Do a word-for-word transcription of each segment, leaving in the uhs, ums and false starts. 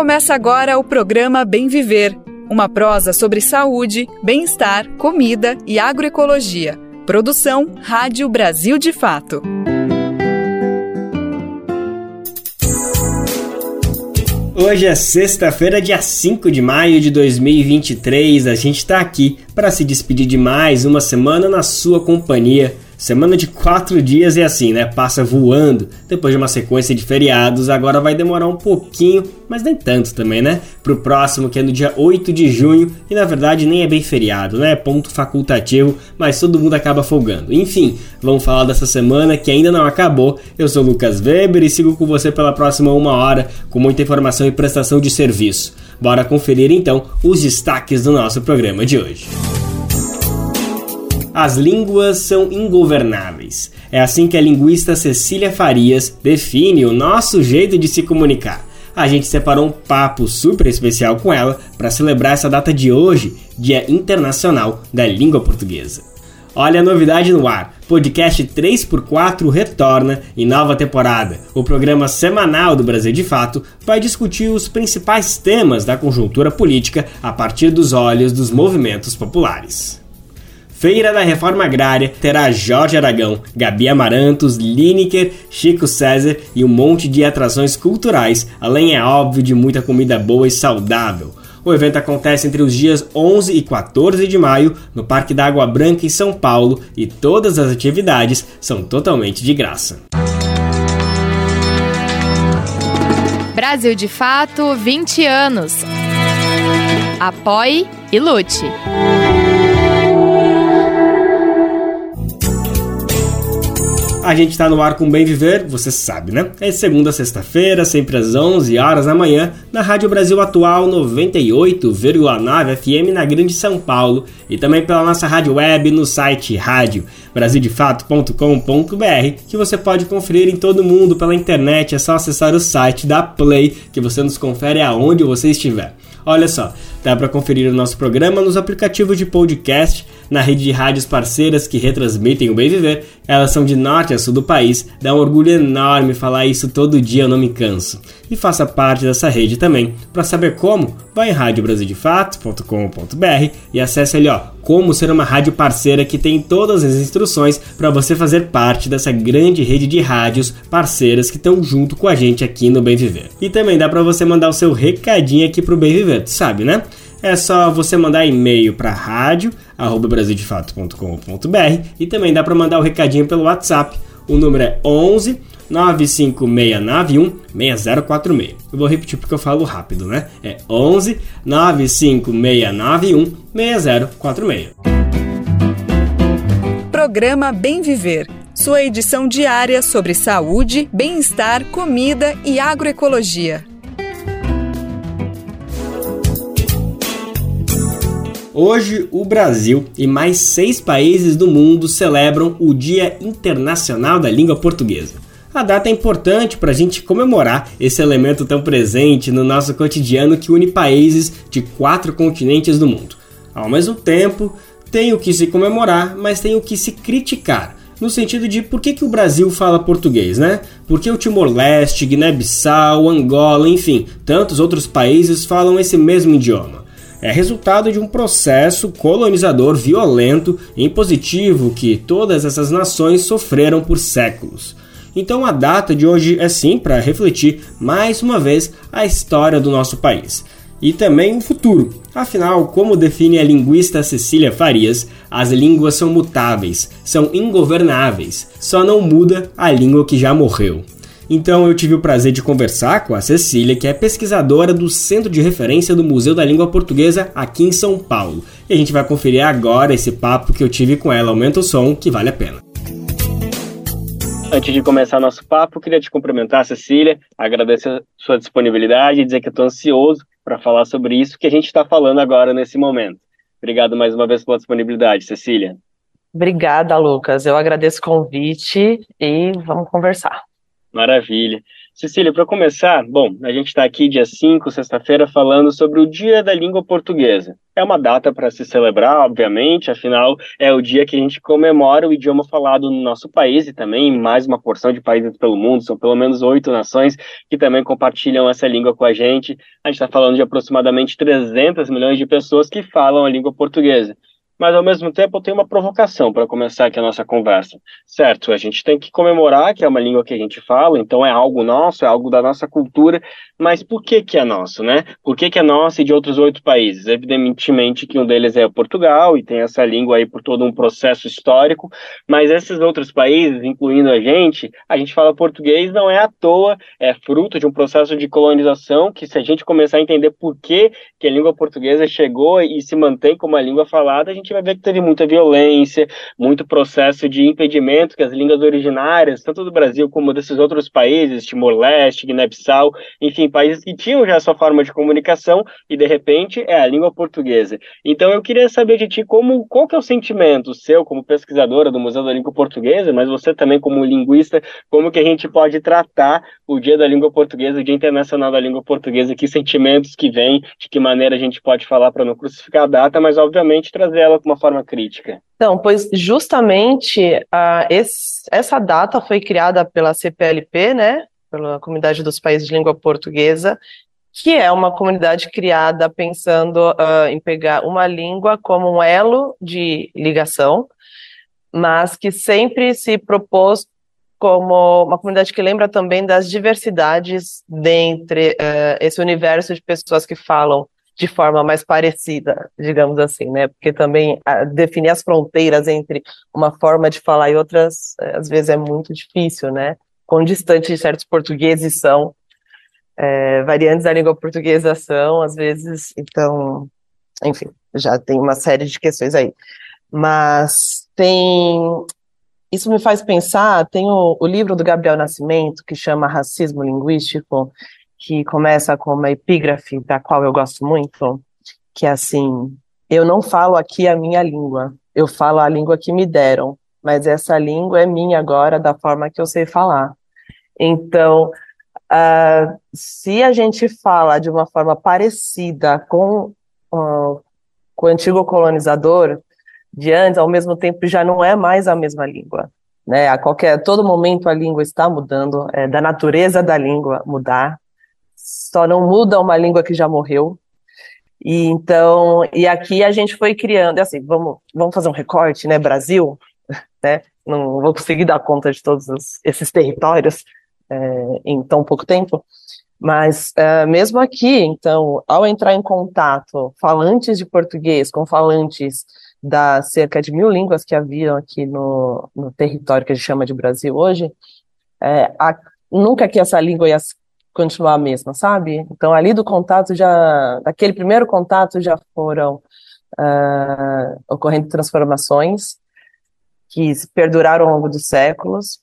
Começa agora o programa Bem Viver, uma prosa sobre saúde, bem-estar, comida e agroecologia. Produção Rádio Brasil de Fato. Hoje é sexta-feira, dia cinco de maio de dois mil e vinte e três. A gente está aqui para se despedir de mais uma semana na sua companhia. Semana de quatro dias é assim, né? Passa voando. Depois de uma sequência de feriados, agora vai demorar um pouquinho, mas nem tanto também, né? Pro próximo, que é no dia oito de junho, e na verdade nem é bem feriado, né? Ponto facultativo, mas todo mundo acaba folgando. Enfim, vamos falar dessa semana que ainda não acabou. Eu sou o Lucas Weber e sigo com você pela próxima uma hora, com muita informação e prestação de serviço. Bora conferir então os destaques do nosso programa de hoje. As línguas são ingovernáveis. É assim que a linguista Cecília Farias define o nosso jeito de se comunicar. A gente separou um papo super especial com ela para celebrar essa data de hoje, Dia Internacional da Língua Portuguesa. Olha a novidade no ar. Podcast três por quatro retorna em nova temporada. O programa semanal do Brasil de Fato vai discutir os principais temas da conjuntura política a partir dos olhos dos movimentos populares. Feira da Reforma Agrária terá Jorge Aragão, Gabi Amarantos, Lineker, Chico César e um monte de atrações culturais, além, é óbvio, de muita comida boa e saudável. O evento acontece entre os dias onze e quatorze de maio no Parque da Água Branca, em São Paulo, e todas as atividades são totalmente de graça. Brasil de Fato, vinte anos. Apoie e lute. A gente tá no ar com Bem Viver, você sabe, né? É segunda a sexta-feira, sempre às onze horas da manhã, na Rádio Brasil Atual noventa e oito vírgula nove F M na Grande São Paulo e também pela nossa rádio web no site rádio brasil de fato ponto com ponto b r, que você pode conferir em todo mundo pela internet. É só acessar o site da Play que você nos confere aonde você estiver. Olha só, dá para conferir o nosso programa nos aplicativos de podcast, na rede de rádios parceiras que retransmitem o Bem Viver. Elas são de norte a sul do país, dá um orgulho enorme falar isso todo dia, eu não me canso. E faça parte dessa rede também. Para saber como, vai em rádio brasil de fato ponto com ponto b r e acesse ali, ó, como ser uma rádio parceira, que tem todas as instruções para você fazer parte dessa grande rede de rádios parceiras que estão junto com a gente aqui no Bem Viver. E também dá para você mandar o seu recadinho aqui pro Bem Viver, tu sabe, né? É só você mandar e-mail para rádio arroba brasil de fato ponto com ponto b r e também dá para mandar o recadinho pelo WhatsApp. O número é onze nove cinco seis nove um seis zero quatro seis. Eu vou repetir porque eu falo rápido, né? É onze nove cinco seis nove um seis zero quatro seis. Programa Bem Viver, sua edição diária sobre saúde, bem-estar, comida e agroecologia. Hoje, o Brasil e mais seis países do mundo celebram o Dia Internacional da Língua Portuguesa. A data é importante para a gente comemorar esse elemento tão presente no nosso cotidiano que une países de quatro continentes do mundo. Ao mesmo tempo, tem o que se comemorar, mas tem o que se criticar, no sentido de por que, que o Brasil fala português, né? Por que o Timor-Leste, Guiné-Bissau, Angola, enfim, tantos outros países falam esse mesmo idioma? É resultado de um processo colonizador violento e impositivo que todas essas nações sofreram por séculos. Então a data de hoje é sim para refletir mais uma vez a história do nosso país. E também o futuro. Afinal, como define a linguista Cecília Farias, as línguas são mutáveis, são ingovernáveis, só não muda a língua que já morreu. Então eu tive o prazer de conversar com a Cecília, que é pesquisadora do Centro de Referência do Museu da Língua Portuguesa aqui em São Paulo. E a gente vai conferir agora esse papo que eu tive com ela. Aumenta o som, que vale a pena. Antes de começar nosso papo, queria te cumprimentar, Cecília, agradecer a sua disponibilidade e dizer que eu estou ansioso para falar sobre isso que a gente está falando agora nesse momento. Obrigado mais uma vez pela disponibilidade, Cecília. Obrigada, Lucas. Eu agradeço o convite e vamos conversar. Maravilha. Cecília, para começar, bom, a gente está aqui dia cinco, sexta-feira, falando sobre o Dia da Língua Portuguesa. É uma data para se celebrar, obviamente, afinal, é o dia que a gente comemora o idioma falado no nosso país e também em mais uma porção de países pelo mundo, são pelo menos oito nações que também compartilham essa língua com a gente. A gente está falando de aproximadamente trezentos milhões de pessoas que falam a língua portuguesa. Mas, ao mesmo tempo, eu tenho uma provocação para começar aqui a nossa conversa. Certo, a gente tem que comemorar que é uma língua que a gente fala, então é algo nosso, é algo da nossa cultura, mas por que que é nosso, né? Por que que é nosso e de outros oito países? Evidentemente que um deles é Portugal e tem essa língua aí por todo um processo histórico, mas esses outros países, incluindo a gente, a gente fala português não é à toa, é fruto de um processo de colonização que, se a gente começar a entender por que que a língua portuguesa chegou e se mantém como a língua falada, a gente vai ver que teve muita violência, muito processo de impedimento que as línguas originárias, tanto do Brasil como desses outros países, Timor-Leste, Guiné-Bissau, enfim, países que tinham já a sua forma de comunicação e, de repente, é a língua portuguesa. Então, eu queria saber de ti como, qual que é o sentimento seu como pesquisadora do Museu da Língua Portuguesa, mas você também como linguista, como que a gente pode tratar o Dia da Língua Portuguesa, o Dia Internacional da Língua Portuguesa, que sentimentos que vêm, de que maneira a gente pode falar para não crucificar a data, mas, obviamente, trazer ela com uma forma crítica. Então, pois justamente uh, esse, essa data foi criada pela C P L P, né, pela Comunidade dos Países de Língua Portuguesa, que é uma comunidade criada pensando uh, em pegar uma língua como um elo de ligação, mas que sempre se propôs como uma comunidade que lembra também das diversidades dentre uh, esse universo de pessoas que falam de forma mais parecida, digamos assim, né? Porque também a, definir as fronteiras entre uma forma de falar e outras, às vezes é muito difícil, né? Quão distantes certos portugueses são, é, variantes da língua portuguesa são, às vezes, então, enfim, já tem uma série de questões aí. Mas tem... Isso me faz pensar, tem o, o livro do Gabriel Nascimento, que chama Racismo Linguístico, que começa com uma epígrafe da qual eu gosto muito, que é assim: eu não falo aqui a minha língua, eu falo a língua que me deram, mas essa língua é minha agora da forma que eu sei falar. Então, uh, se a gente fala de uma forma parecida com, uh, com o antigo colonizador de antes, ao mesmo tempo já não é mais a mesma língua, né? A qualquer, a todo momento a língua está mudando, é da natureza da língua mudar. Só não muda uma língua que já morreu. E então, e aqui a gente foi criando, assim, vamos, vamos fazer um recorte, né, Brasil, né, não vou conseguir dar conta de todos os, esses territórios é, em tão pouco tempo, mas é, mesmo aqui, então, ao entrar em contato falantes de português com falantes das cerca de mil línguas que haviam aqui no, no território que a gente chama de Brasil hoje, é, a, nunca que essa língua ia continuar a mesma, sabe? Então, ali do contato, já, daquele primeiro contato, já foram uh, ocorrendo transformações que perduraram ao longo dos séculos.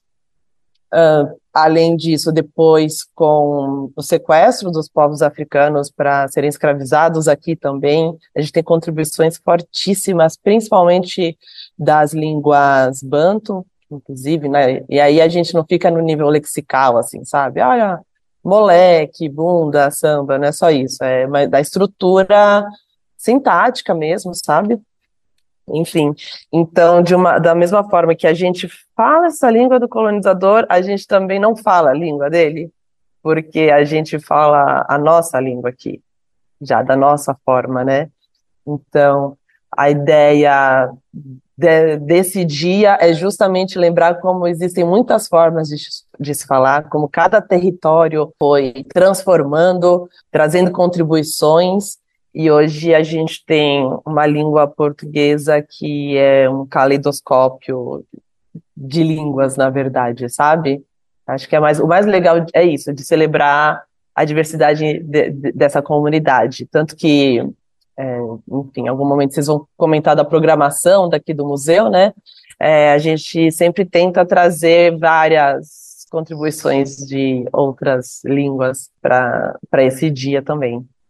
Uh, além disso, depois, com o sequestro dos povos africanos para serem escravizados aqui também, a gente tem contribuições fortíssimas, principalmente das línguas banto, inclusive, né? E aí a gente não fica no nível lexical, assim, sabe? Olha, moleque, bunda, samba, não é só isso, é da estrutura sintática mesmo, sabe? Enfim, então, de uma, da mesma forma que a gente fala essa língua do colonizador, a gente também não fala a língua dele, porque a gente fala a nossa língua aqui, já da nossa forma, né? Então, a ideia de, desse dia é justamente lembrar como existem muitas formas de, de se falar, como cada território foi transformando, trazendo contribuições, e hoje a gente tem uma língua portuguesa que é um caleidoscópio de línguas, na verdade, sabe? Acho que é mais, o mais legal é isso, de celebrar a diversidade de, de, dessa comunidade. Tanto que, é, enfim, em algum momento vocês vão comentar da programação daqui do museu, né? É, a gente sempre tenta trazer várias contribuições de outras línguas para esse dia também.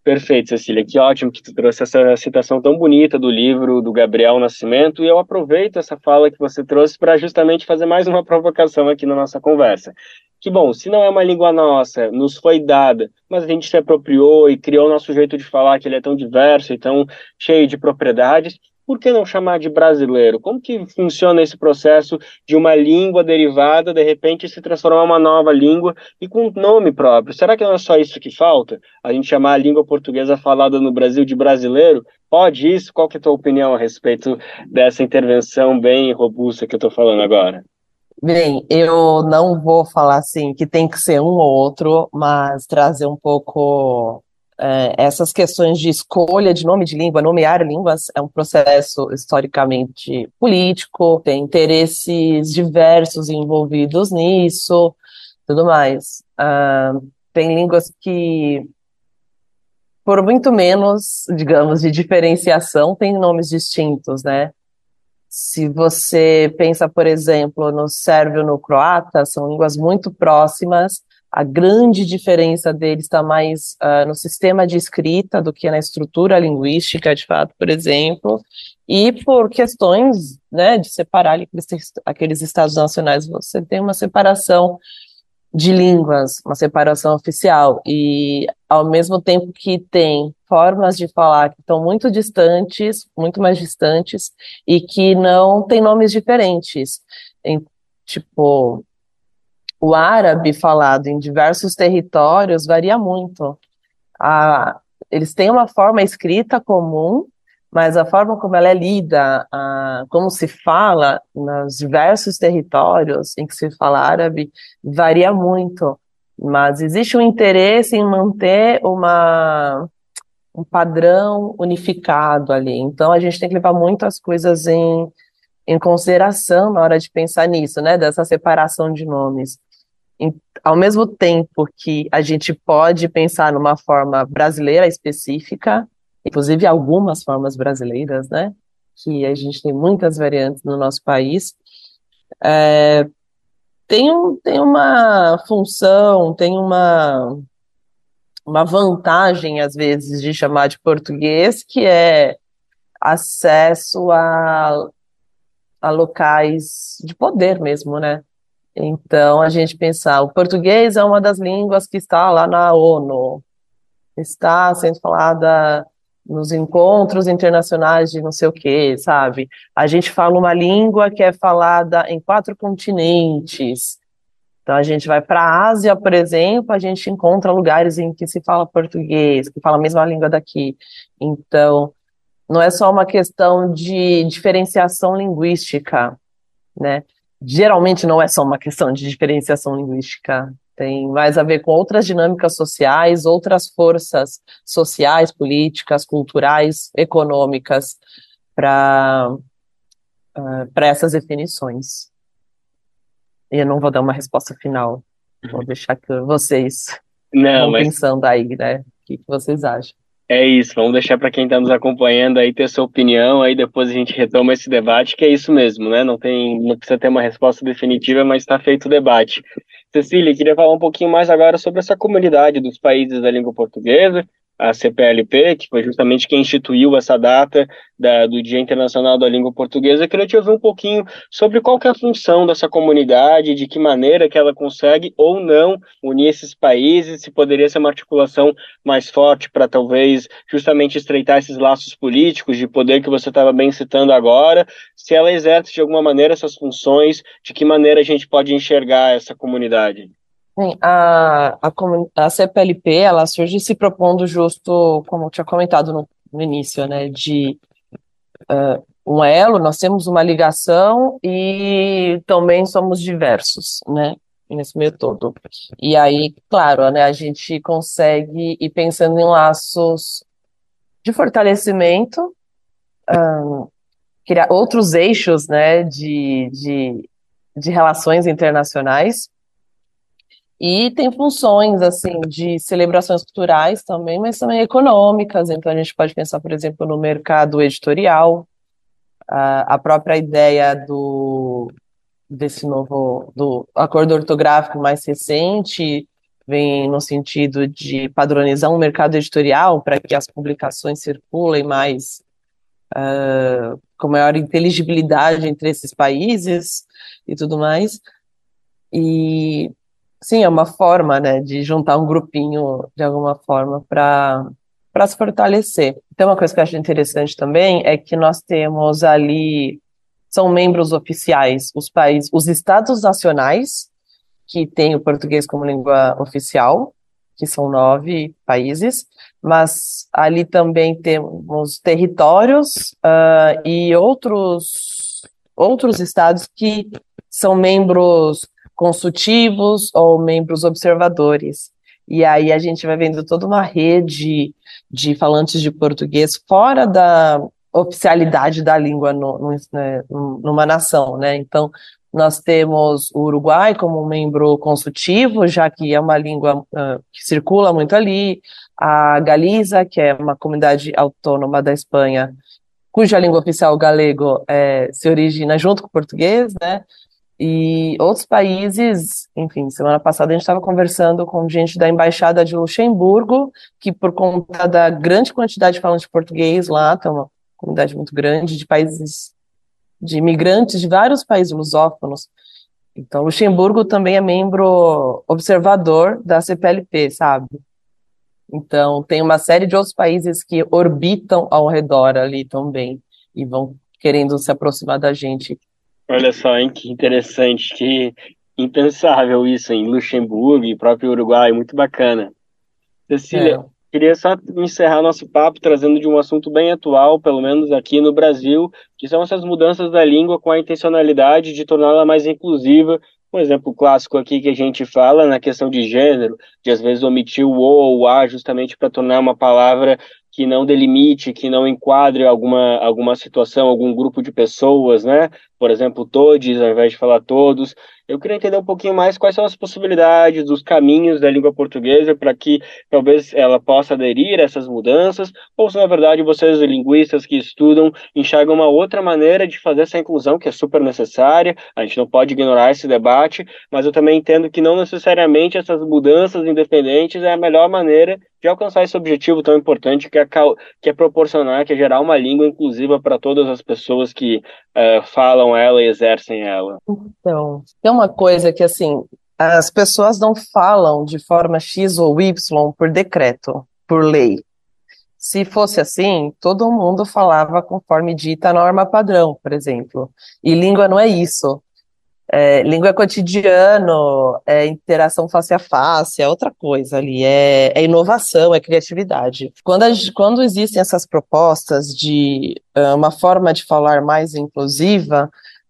Perfeito, Cecília. Que ótimo que tu trouxe essa citação tão bonita do livro do Gabriel Nascimento, e eu aproveito essa fala que você trouxe para justamente fazer mais uma provocação aqui na nossa conversa. Que bom, se não é uma língua nossa, nos foi dada, mas a gente se apropriou e criou o nosso jeito de falar, que ele é tão diverso e tão cheio de propriedades, por que não chamar de brasileiro? Como que funciona esse processo de uma língua derivada, de repente, se transformar em uma nova língua e com nome próprio? Será que não é só isso que falta? A gente chamar a língua portuguesa falada no Brasil de brasileiro? Pode isso? Qual que é a tua opinião a respeito dessa intervenção bem robusta que eu estou falando agora? Bem, eu não vou falar assim que tem que ser um ou outro, mas trazer um pouco é, essas questões de escolha de nome de língua, nomear línguas é um processo historicamente político, tem interesses diversos envolvidos nisso, tudo mais. Ah, tem línguas que, por muito menos, digamos, de diferenciação, têm nomes distintos, né? Se você pensa, por exemplo, no sérvio e no croata, são línguas muito próximas. A grande diferença deles está mais uh, no sistema de escrita do que na estrutura linguística, de fato, por exemplo. E por questões, né, de separar aqueles, aqueles estados nacionais, você tem uma separação de línguas, uma separação oficial, e ao mesmo tempo que tem formas de falar que estão muito distantes, muito mais distantes, e que não têm nomes diferentes. Em, tipo, o árabe falado em diversos territórios varia muito. A, eles têm uma forma escrita comum, mas a forma como ela é lida, a, como se fala nos diversos territórios em que se fala árabe, varia muito. Mas existe um interesse em manter uma, um padrão unificado ali. Então a gente tem que levar muito as coisas em, em consideração na hora de pensar nisso, né? Dessa separação de nomes. Em, ao mesmo tempo que a gente pode pensar numa forma brasileira específica, inclusive algumas formas brasileiras, né, que a gente tem muitas variantes no nosso país, é, tem, um, tem uma função, tem uma, uma vantagem, às vezes, de chamar de português, que é acesso a, a locais de poder mesmo, né? Então, a gente pensar, o português é uma das línguas que está lá na ONU, está sendo falada nos encontros internacionais de não sei o quê, sabe? A gente fala uma língua que é falada em quatro continentes. Então, a gente vai para a Ásia, por exemplo, a gente encontra lugares em que se fala português, que fala a mesma língua daqui. Então, não é só uma questão de diferenciação linguística, né? Geralmente não é só uma questão de diferenciação linguística, tem mais a ver com outras dinâmicas sociais, outras forças sociais, políticas, culturais, econômicas para uh, para essas definições. E eu não vou dar uma resposta final, vou deixar que vocês Não, vão mas pensando aí, né? O que, que vocês acham? é isso, vamos deixar para quem está nos acompanhando aí ter sua opinião, aí depois a gente retoma esse debate, que é isso mesmo, né? Não tem, não precisa ter uma resposta definitiva, mas está feito o debate. Cecília, queria falar um pouquinho mais agora sobre essa comunidade dos países da língua portuguesa, a C P L P, que foi justamente quem instituiu essa data da, do Dia Internacional da Língua Portuguesa. Eu queria te ouvir um pouquinho sobre qual que é a função dessa comunidade, de que maneira que ela consegue ou não unir esses países, se poderia ser uma articulação mais forte para talvez justamente estreitar esses laços políticos de poder que você estava bem citando agora, se ela exerce de alguma maneira essas funções, de que maneira a gente pode enxergar essa comunidade. Bem, a, a, a C P L P, ela surge se propondo justo, como eu tinha comentado no, no início, né, de uh, um elo, nós temos uma ligação e também somos diversos, né, nesse meio todo. E aí, claro, né, a gente consegue ir pensando em laços de fortalecimento, um, criar outros eixos, né, de, de, de relações internacionais. E tem funções, assim, de celebrações culturais também, mas também econômicas. Então, a gente pode pensar, por exemplo, no mercado editorial, a, a própria ideia do, desse novo, do acordo ortográfico mais recente, vem no sentido de padronizar um mercado editorial para que as publicações circulem mais, uh, com maior inteligibilidade entre esses países e tudo mais. E, sim, é uma forma, né, de juntar um grupinho, de alguma forma, para para se fortalecer. Então, uma coisa que eu acho interessante também é que nós temos ali, são membros oficiais, os países, os estados nacionais, que têm o português como língua oficial, que são nove países, mas ali também temos territórios uh, e outros, outros estados que são membros consultivos ou membros observadores. E aí a gente vai vendo toda uma rede de falantes de português fora da oficialidade da língua no, no, né, numa nação, né? Então, nós temos o Uruguai como um membro consultivo, já que é uma língua uh, que circula muito ali, a Galiza, que é uma comunidade autônoma da Espanha, cuja língua oficial, o galego, é, se origina junto com o português, né? E outros países, enfim, semana passada a gente estava conversando com gente da Embaixada de Luxemburgo, que por conta da grande quantidade de falantes de português lá, tem uma comunidade muito grande de países, de imigrantes de vários países lusófonos. Então, Luxemburgo também é membro observador da C P L P, sabe? Então, tem uma série de outros países que orbitam ao redor ali também e vão querendo se aproximar da gente. Olha só, hein, que interessante, que impensável isso em Luxemburgo e próprio Uruguai, muito bacana. Cecília, é. Queria só encerrar nosso papo trazendo de um assunto bem atual, pelo menos aqui no Brasil, que são essas mudanças da língua com a intencionalidade de torná-la mais inclusiva. Um exemplo clássico aqui que a gente fala na questão de gênero, de às vezes omitir o o ou o a justamente para tornar uma palavra que não delimite, que não enquadre alguma, alguma situação, algum grupo de pessoas, né? Por exemplo, todes, ao invés de falar todos. Eu queria entender um pouquinho mais quais são as possibilidades, os caminhos da língua portuguesa para que talvez ela possa aderir a essas mudanças, ou se na verdade vocês, linguistas que estudam, enxergam uma outra maneira de fazer essa inclusão, que é super necessária, a gente não pode ignorar esse debate, mas eu também entendo que não necessariamente essas mudanças independentes é a melhor maneira de alcançar esse objetivo tão importante que é, que é proporcionar, que é gerar uma língua inclusiva para todas as pessoas que uh, falam ela e exercem ela. Então, tem uma coisa que, assim, as pessoas não falam de forma X ou Y por decreto, por lei. Se fosse assim, todo mundo falava conforme dita a norma padrão, por exemplo. E língua não é isso. É, língua é cotidiano, é interação face a face, é outra coisa ali, é, é inovação, é criatividade. Quando, a, quando existem essas propostas de uh, uma forma de falar mais inclusiva,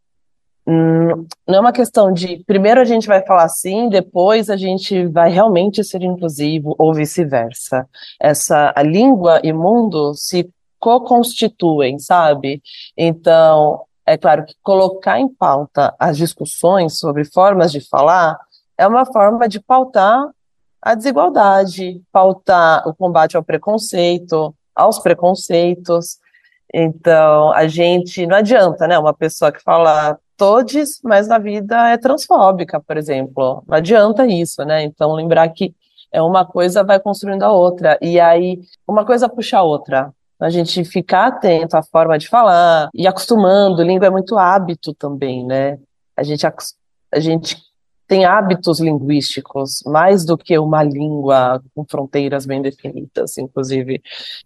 hum, não é uma questão de primeiro a gente vai falar assim, depois a gente vai realmente ser inclusivo, ou vice-versa. Essa, a língua e mundo se co-constituem, sabe? Então, é claro que colocar em pauta as discussões sobre formas de falar é uma forma de pautar a desigualdade, pautar o combate ao preconceito, aos preconceitos. Então, a gente, não adianta, né, uma pessoa que fala todes, mas na vida é transfóbica, por exemplo. Não adianta isso, né? Então, lembrar que é uma coisa vai construindo a outra, e aí uma coisa puxa a outra. A gente ficar atento à forma de falar e acostumando, língua é muito hábito também, né? A gente, a gente tem hábitos linguísticos, mais do que uma língua com fronteiras bem definidas, inclusive.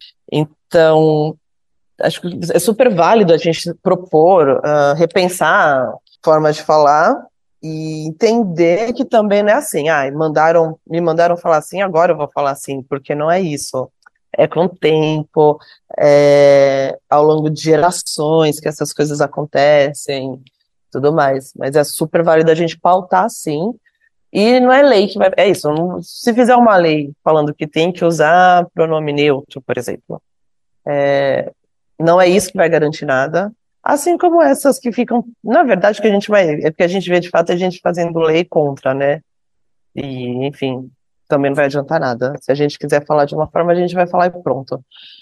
Então, acho que é super válido a gente propor, uh, repensar formas de falar e entender que também não é assim, ah, mandaram, me mandaram falar assim, agora eu vou falar assim, porque não é isso. É com o tempo, é, ao longo de gerações que essas coisas acontecem, tudo mais. Mas é super válido a gente pautar, sim. E não é lei que vai... É isso, não, se fizer uma lei falando que tem que usar pronome neutro, por exemplo, é, não é isso que vai garantir nada. Assim como essas que ficam... Na verdade, o que a gente vai... É porque a gente vê, de fato, a gente fazendo lei contra, né? E, enfim... também não vai adiantar nada. Se a gente quiser falar de uma forma, a gente vai falar e pronto.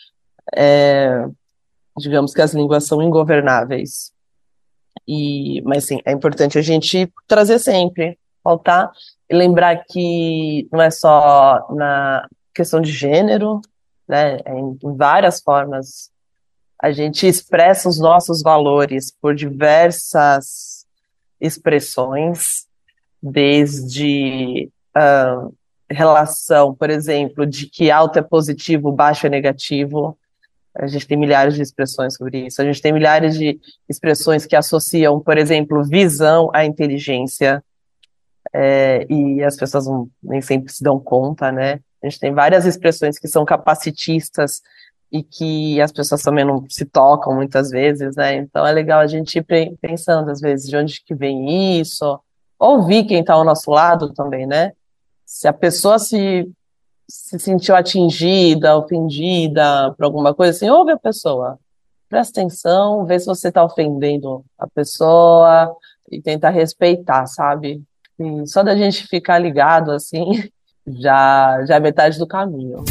É, digamos que as línguas são ingovernáveis. E, mas sim, é importante a gente trazer sempre, pautar. lembrar que não é só na questão de gênero, né? Em, em várias formas a gente expressa os nossos valores por diversas expressões, desde uh, relação, por exemplo, de que alto é positivo, baixo é negativo. A gente tem milhares de expressões sobre isso. A gente tem milhares de expressões que associam, por exemplo, visão à inteligência, é, e as pessoas não, nem sempre se dão conta, né? A gente tem várias expressões que são capacitistas e que as pessoas também não se tocam muitas vezes, né? Então é legal a gente ir pensando, às vezes, de onde que vem isso, ouvir quem está ao nosso lado também, né? Se a pessoa se, se sentiu atingida, ofendida por alguma coisa, assim, ouve a pessoa, presta atenção, vê se você está ofendendo a pessoa e tenta respeitar, sabe? E só da gente ficar ligado, assim, já, já é metade do caminho.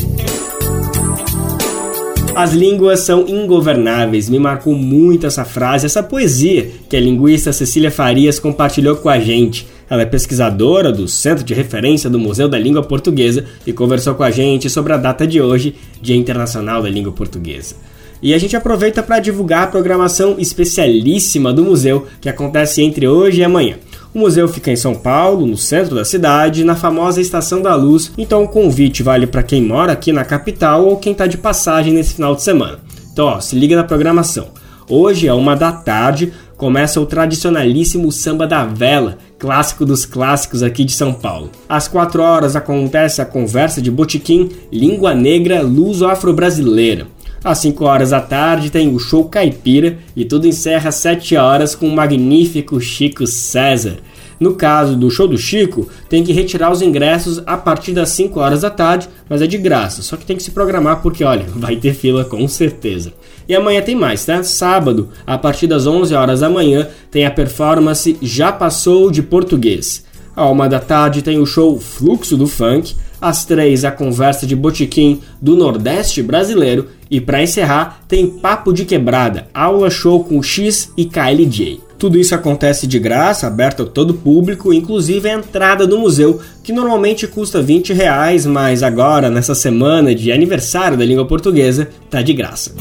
As línguas são ingovernáveis. Me marcou muito essa frase, essa poesia que a linguista Cecília Farias compartilhou com a gente. Ela é pesquisadora do Centro de Referência do Museu da Língua Portuguesa e conversou com a gente sobre a data de hoje, Dia Internacional da Língua Portuguesa. E a gente aproveita para divulgar a programação especialíssima do museu, que acontece entre hoje e amanhã. O museu fica em São Paulo, no centro da cidade, na famosa Estação da Luz, então o convite vale para quem mora aqui na capital ou quem está de passagem nesse final de semana. Então, ó, se liga na programação. Hoje, à uma da tarde, começa o tradicionalíssimo Samba da Vela, clássico dos clássicos aqui de São Paulo. Às quatro horas acontece a conversa de botequim Língua Negra Luso-Afro-Brasileira. Às cinco horas da tarde tem o show caipira e tudo encerra às sete horas com o magnífico Chico César. No caso do show do Chico, tem que retirar os ingressos a partir das cinco horas da tarde, mas é de graça, só que tem que se programar porque, olha, vai ter fila com certeza. E amanhã tem mais, tá? Sábado, a partir das onze horas da manhã, tem a performance Já Passou de Português. À uma da tarde tem o show Fluxo do Funk, às três a conversa de botequim do Nordeste brasileiro e para encerrar tem Papo de Quebrada, aula show com X e K L J. Tudo isso acontece de graça, aberto a todo público, inclusive a entrada no museu, que normalmente custa vinte reais, mas agora, nessa semana de aniversário da língua portuguesa, tá de graça.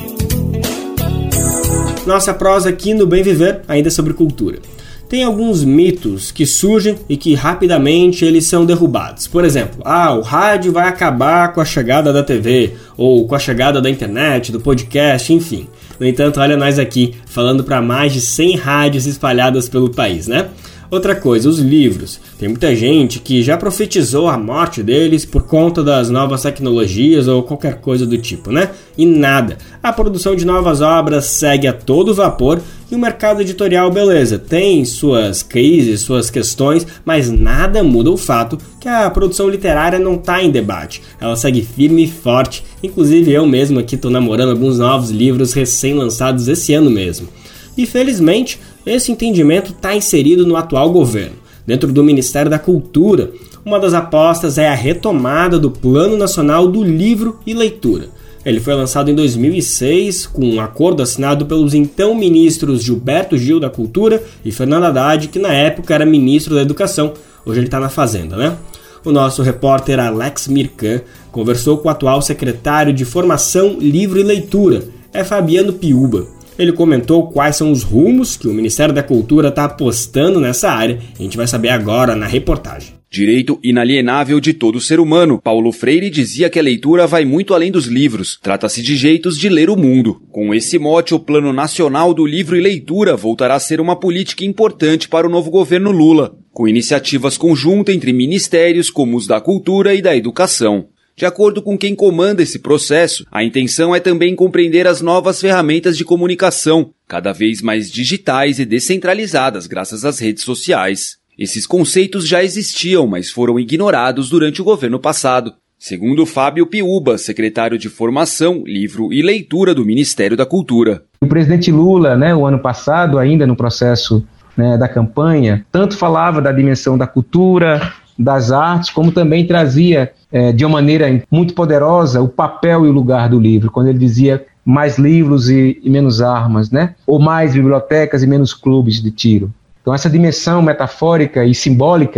Nossa prosa aqui no Bem Viver, ainda sobre cultura. Tem alguns mitos que surgem e que rapidamente eles são derrubados. Por exemplo, ah, o rádio vai acabar com a chegada da T V, ou com a chegada da internet, do podcast, enfim. No entanto, olha nós aqui, falando para mais de cem rádios espalhadas pelo país, né? Outra coisa, os livros. Tem muita gente que já profetizou a morte deles por conta das novas tecnologias ou qualquer coisa do tipo, né? E nada. A produção de novas obras segue a todo vapor e o mercado editorial, beleza, tem suas crises, suas questões, mas nada muda o fato que a produção literária não está em debate. Ela segue firme e forte. Inclusive eu mesmo aqui estou namorando alguns novos livros recém-lançados esse ano mesmo. E felizmente, esse entendimento está inserido no atual governo. Dentro do Ministério da Cultura, uma das apostas é a retomada do Plano Nacional do Livro e Leitura. Ele foi lançado em dois mil e seis, com um acordo assinado pelos então ministros Gilberto Gil da Cultura e Fernando Haddad, que na época era ministro da Educação. Hoje ele está na Fazenda, né? O nosso repórter Alex Mirkan conversou com o atual secretário de Formação, Livro e Leitura, é Fabiano Piuba. Ele comentou quais são os rumos que o Ministério da Cultura está apostando nessa área. A gente vai saber agora na reportagem. Direito inalienável de todo ser humano. Paulo Freire dizia que a leitura vai muito além dos livros. Trata-se de jeitos de ler o mundo. Com esse mote, o Plano Nacional do Livro e Leitura voltará a ser uma política importante para o novo governo Lula, com iniciativas conjuntas entre ministérios como os da Cultura e da Educação. De acordo com quem comanda esse processo, a intenção é também compreender as novas ferramentas de comunicação, cada vez mais digitais e descentralizadas graças às redes sociais. Esses conceitos já existiam, mas foram ignorados durante o governo passado. Segundo Fábio Piuba, secretário de Formação, Livro e Leitura do Ministério da Cultura. O presidente Lula, né, o ano passado, ainda no processo, né, da campanha, tanto falava da dimensão da cultura, das artes, como também trazia é, de uma maneira muito poderosa o papel e o lugar do livro, quando ele dizia mais livros e, e menos armas, né? Ou mais bibliotecas e menos clubes de tiro. Então essa dimensão metafórica e simbólica, né,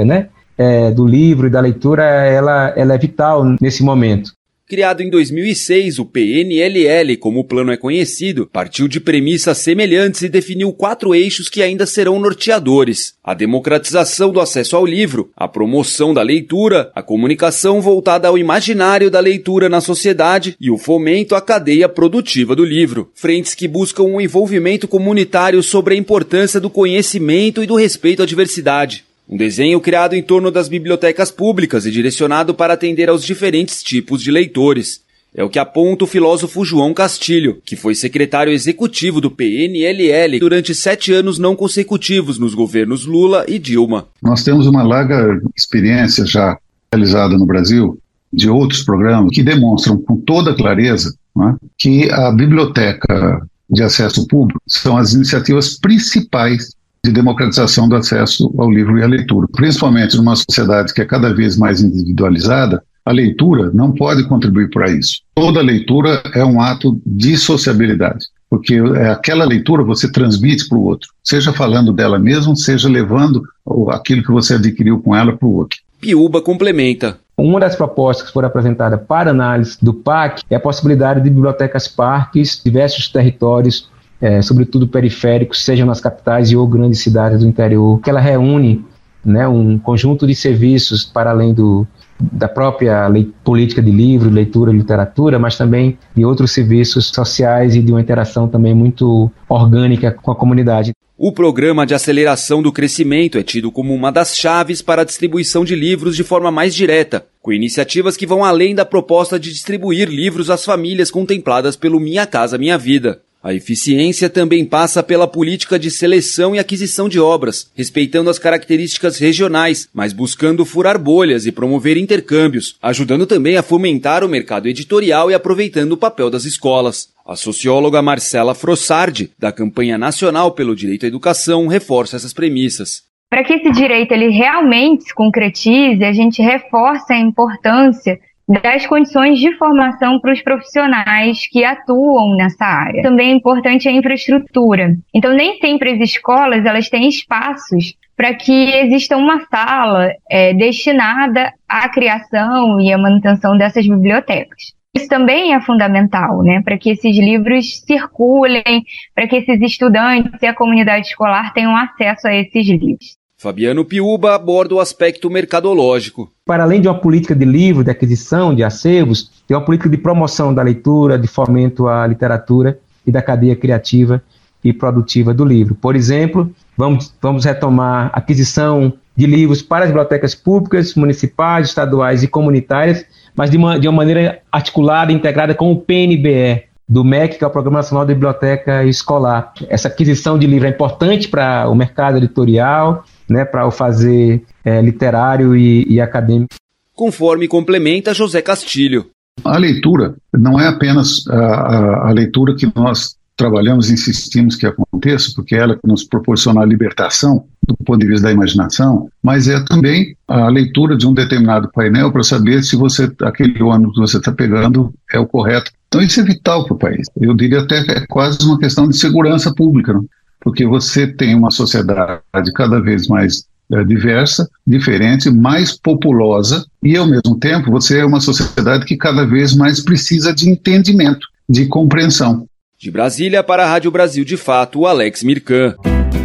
é, do livro e da leitura, ela, ela é vital nesse momento. Criado em dois mil e seis, o P N L L, como o plano é conhecido, partiu de premissas semelhantes e definiu quatro eixos que ainda serão norteadores: a democratização do acesso ao livro, a promoção da leitura, a comunicação voltada ao imaginário da leitura na sociedade e o fomento à cadeia produtiva do livro, frentes que buscam um envolvimento comunitário sobre a importância do conhecimento e do respeito à diversidade. Um desenho criado em torno das bibliotecas públicas e direcionado para atender aos diferentes tipos de leitores. É o que aponta o filósofo João Castilho, que foi secretário executivo do P N L L durante sete anos não consecutivos nos governos Lula e Dilma. Nós temos uma larga experiência já realizada no Brasil de outros programas que demonstram com toda clareza, né, que a biblioteca de acesso público são as iniciativas principais de democratização do acesso ao livro e à leitura. Principalmente numa sociedade que é cada vez mais individualizada, a leitura não pode contribuir para isso. Toda leitura é um ato de sociabilidade, porque aquela leitura você transmite para o outro, seja falando dela mesmo, seja levando aquilo que você adquiriu com ela para o outro. Piúba complementa. Uma das propostas que foram apresentadas para análise do P A C é a possibilidade de bibliotecas parques, diversos territórios, É, sobretudo periféricos, sejam nas capitais e ou grandes cidades do interior, que ela reúne, né, um conjunto de serviços para além do, da própria lei, política de livro, leitura e literatura, mas também de outros serviços sociais e de uma interação também muito orgânica com a comunidade. O Programa de Aceleração do Crescimento é tido como uma das chaves para a distribuição de livros de forma mais direta, com iniciativas que vão além da proposta de distribuir livros às famílias contempladas pelo Minha Casa Minha Vida. A eficiência também passa pela política de seleção e aquisição de obras, respeitando as características regionais, mas buscando furar bolhas e promover intercâmbios, ajudando também a fomentar o mercado editorial e aproveitando o papel das escolas. A socióloga Marcela Frossardi, da Campanha Nacional pelo Direito à Educação, reforça essas premissas. Para que esse direito ele realmente se concretize, a gente reforça a importância das condições de formação para os profissionais que atuam nessa área. Também é importante a infraestrutura. Então, nem sempre as escolas elas têm espaços para que exista uma sala é, destinada à criação e à manutenção dessas bibliotecas. Isso também é fundamental, né, para que esses livros circulem, para que esses estudantes e a comunidade escolar tenham acesso a esses livros. Fabiano Piúba aborda o aspecto mercadológico. Para além de uma política de livro, de aquisição, de acervos, tem uma política de promoção da leitura, de fomento à literatura e da cadeia criativa e produtiva do livro. Por exemplo, vamos, vamos retomar a aquisição de livros para as bibliotecas públicas, municipais, estaduais e comunitárias, mas de uma, de uma maneira articulada e integrada com o P N B E, do M E C, que é o Programa Nacional de Biblioteca Escolar. Essa aquisição de livro é importante para o mercado editorial, né, para o fazer é, literário e, e acadêmico. Conforme complementa José Castilho. A leitura não é apenas a, a, a leitura que nós trabalhamos e insistimos que aconteça, porque é ela que nos proporciona a libertação do ponto de vista da imaginação, mas é também a leitura de um determinado painel para saber se você, aquele ônibus que você está pegando é o correto. Então isso é vital para o país. Eu diria até que é quase uma questão de segurança pública, não? Porque você tem uma sociedade cada vez mais é, diversa, diferente, mais populosa, e ao mesmo tempo você é uma sociedade que cada vez mais precisa de entendimento, de compreensão. De Brasília para a Rádio Brasil de Fato, Alex Mirkan.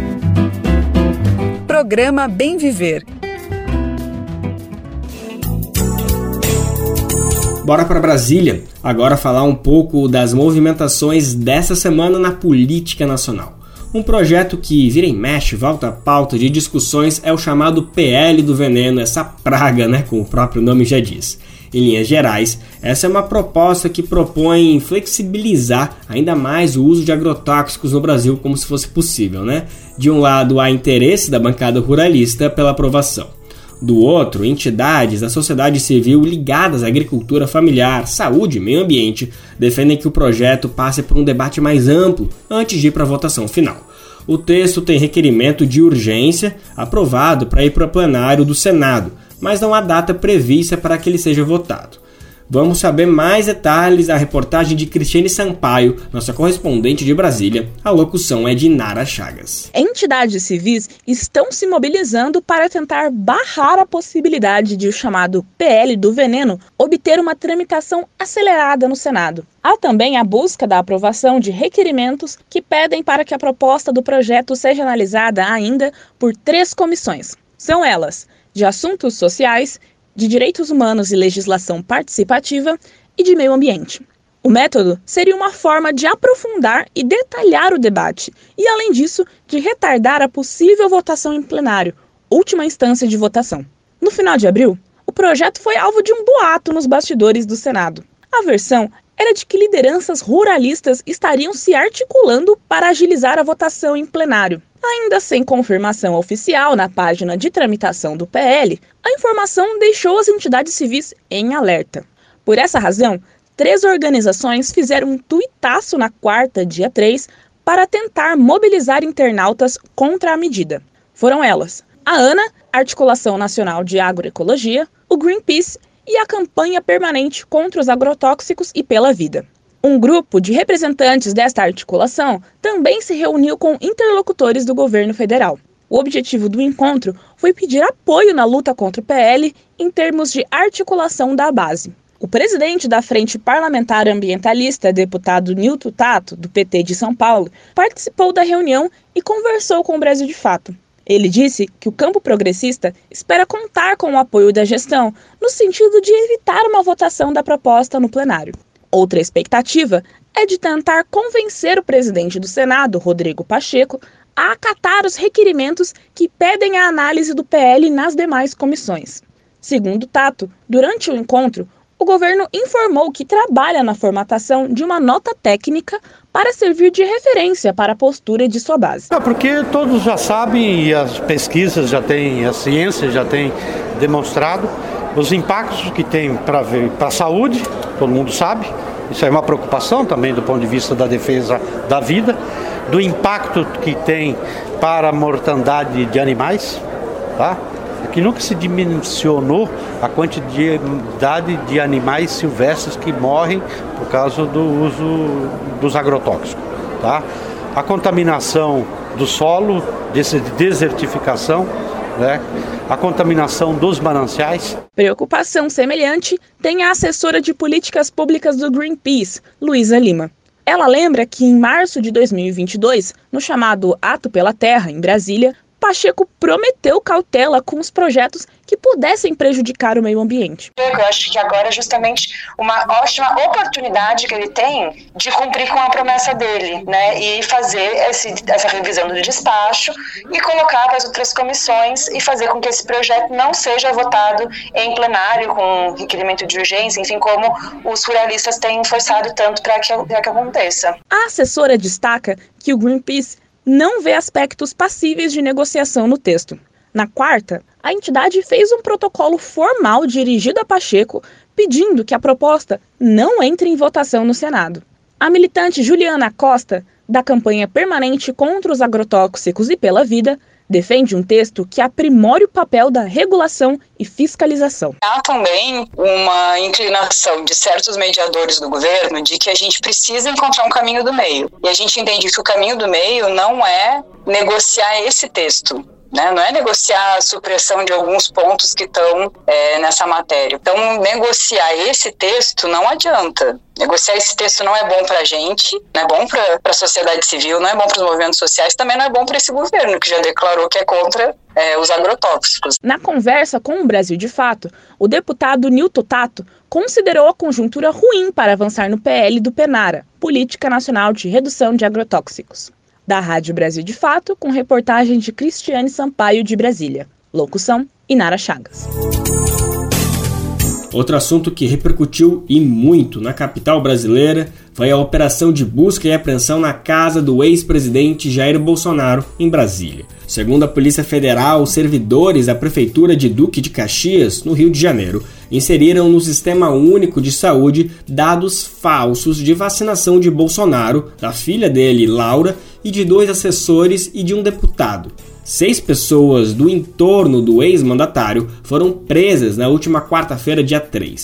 Programa Bem Viver. Bora para Brasília, agora falar um pouco das movimentações dessa semana na política nacional. Um projeto que vira e mexe, volta à pauta de discussões é o chamado P L do veneno, essa praga, né, como o próprio nome já diz. Em linhas gerais, essa é uma proposta que propõe flexibilizar ainda mais o uso de agrotóxicos no Brasil como se fosse possível, né? De um lado, há interesse da bancada ruralista pela aprovação. Do outro, entidades da sociedade civil ligadas à agricultura familiar, saúde e meio ambiente defendem que o projeto passe por um debate mais amplo antes de ir para a votação final. O texto tem requerimento de urgência aprovado para ir para o plenário do Senado, mas não há data prevista para que ele seja votado. Vamos saber mais detalhes da reportagem de Cristiane Sampaio, nossa correspondente de Brasília. A locução é de Nara Chagas. Entidades civis estão se mobilizando para tentar barrar a possibilidade de o chamado P L do veneno obter uma tramitação acelerada no Senado. Há também a busca da aprovação de requerimentos que pedem para que a proposta do projeto seja analisada ainda por três comissões. São elas: de Assuntos Sociais, de Direitos Humanos e Legislação Participativa e de Meio Ambiente. O método seria uma forma de aprofundar e detalhar o debate e, além disso, de retardar a possível votação em plenário, última instância de votação. No final de abril, o projeto foi alvo de um boato nos bastidores do Senado. A versão era de que lideranças ruralistas estariam se articulando para agilizar a votação em plenário. Ainda sem confirmação oficial na página de tramitação do P L, a informação deixou as entidades civis em alerta. Por essa razão, três organizações fizeram um tuitaço na quarta, dia três, para tentar mobilizar internautas contra a medida. Foram elas: a ANA, Articulação Nacional de Agroecologia, o Greenpeace e a Campanha Permanente contra os Agrotóxicos e pela Vida. Um grupo de representantes desta articulação também se reuniu com interlocutores do governo federal. O objetivo do encontro foi pedir apoio na luta contra o P L em termos de articulação da base. O presidente da Frente Parlamentar Ambientalista, deputado Nilton Tato, do P T de São Paulo, participou da reunião e conversou com o Brasil de Fato. Ele disse que o campo progressista espera contar com o apoio da gestão no sentido de evitar uma votação da proposta no plenário. Outra expectativa é de tentar convencer o presidente do Senado, Rodrigo Pacheco, a acatar os requerimentos que pedem a análise do P L nas demais comissões. Segundo Tato, durante o encontro, o governo informou que trabalha na formatação de uma nota técnica para servir de referência para a postura de sua base. É porque todos já sabem, e as pesquisas já têm, a ciência já tem demonstrado os impactos que tem para a saúde, todo mundo sabe. Isso é uma preocupação também do ponto de vista da defesa da vida, do impacto que tem para a mortandade de animais, tá? Que nunca se dimensionou a quantidade de animais silvestres que morrem por causa do uso dos agrotóxicos, tá? A contaminação do solo, dessa desertificação, né? A contaminação dos mananciais. Preocupação semelhante tem a assessora de políticas públicas do Greenpeace, Luísa Lima. Ela lembra que em março de dois mil e vinte e dois, no chamado Ato pela Terra, em Brasília, Pacheco prometeu cautela com os projetos que pudessem prejudicar o meio ambiente. Eu acho que agora é justamente uma ótima oportunidade que ele tem de cumprir com a promessa dele, né, e fazer esse, essa revisão do despacho e colocar para as outras comissões e fazer com que esse projeto não seja votado em plenário com requerimento de urgência, enfim, como os ruralistas têm forçado tanto para que, para que aconteça. A assessora destaca que o Greenpeace não vê aspectos passíveis de negociação no texto. Na quarta, a entidade fez um protocolo formal dirigido a Pacheco, pedindo que a proposta não entre em votação no Senado. A militante Juliana Costa, da Campanha Permanente contra os Agrotóxicos e pela Vida, defende um texto que aprimore o papel da regulação e fiscalização. Há também uma inclinação de certos mediadores do governo de que a gente precisa encontrar um caminho do meio. E a gente entende que o caminho do meio não é negociar esse texto, né? Não é negociar a supressão de alguns pontos que estão é, nessa matéria. Então, negociar esse texto não adianta. Negociar esse texto não é bom para a gente, não é bom para a sociedade civil, não é bom para os movimentos sociais, também não é bom para esse governo, que já declarou que é contra é, os agrotóxicos. Na conversa com o Brasil de Fato, o deputado Nilton Tato considerou a conjuntura ruim para avançar no P L do PENARA, Política Nacional de Redução de Agrotóxicos. Da Rádio Brasil de Fato, com reportagem de Cristiane Sampaio de Brasília. Locução, Inara Chagas. Outro assunto que repercutiu e muito na capital brasileira foi a operação de busca e apreensão na casa do ex-presidente Jair Bolsonaro, em Brasília. Segundo a Polícia Federal, os servidores da Prefeitura de Duque de Caxias, no Rio de Janeiro, inseriram no Sistema Único de Saúde dados falsos de vacinação de Bolsonaro, da filha dele, Laura, e de dois assessores e de um deputado. Seis pessoas do entorno do ex-mandatário foram presas na última quarta-feira, dia três.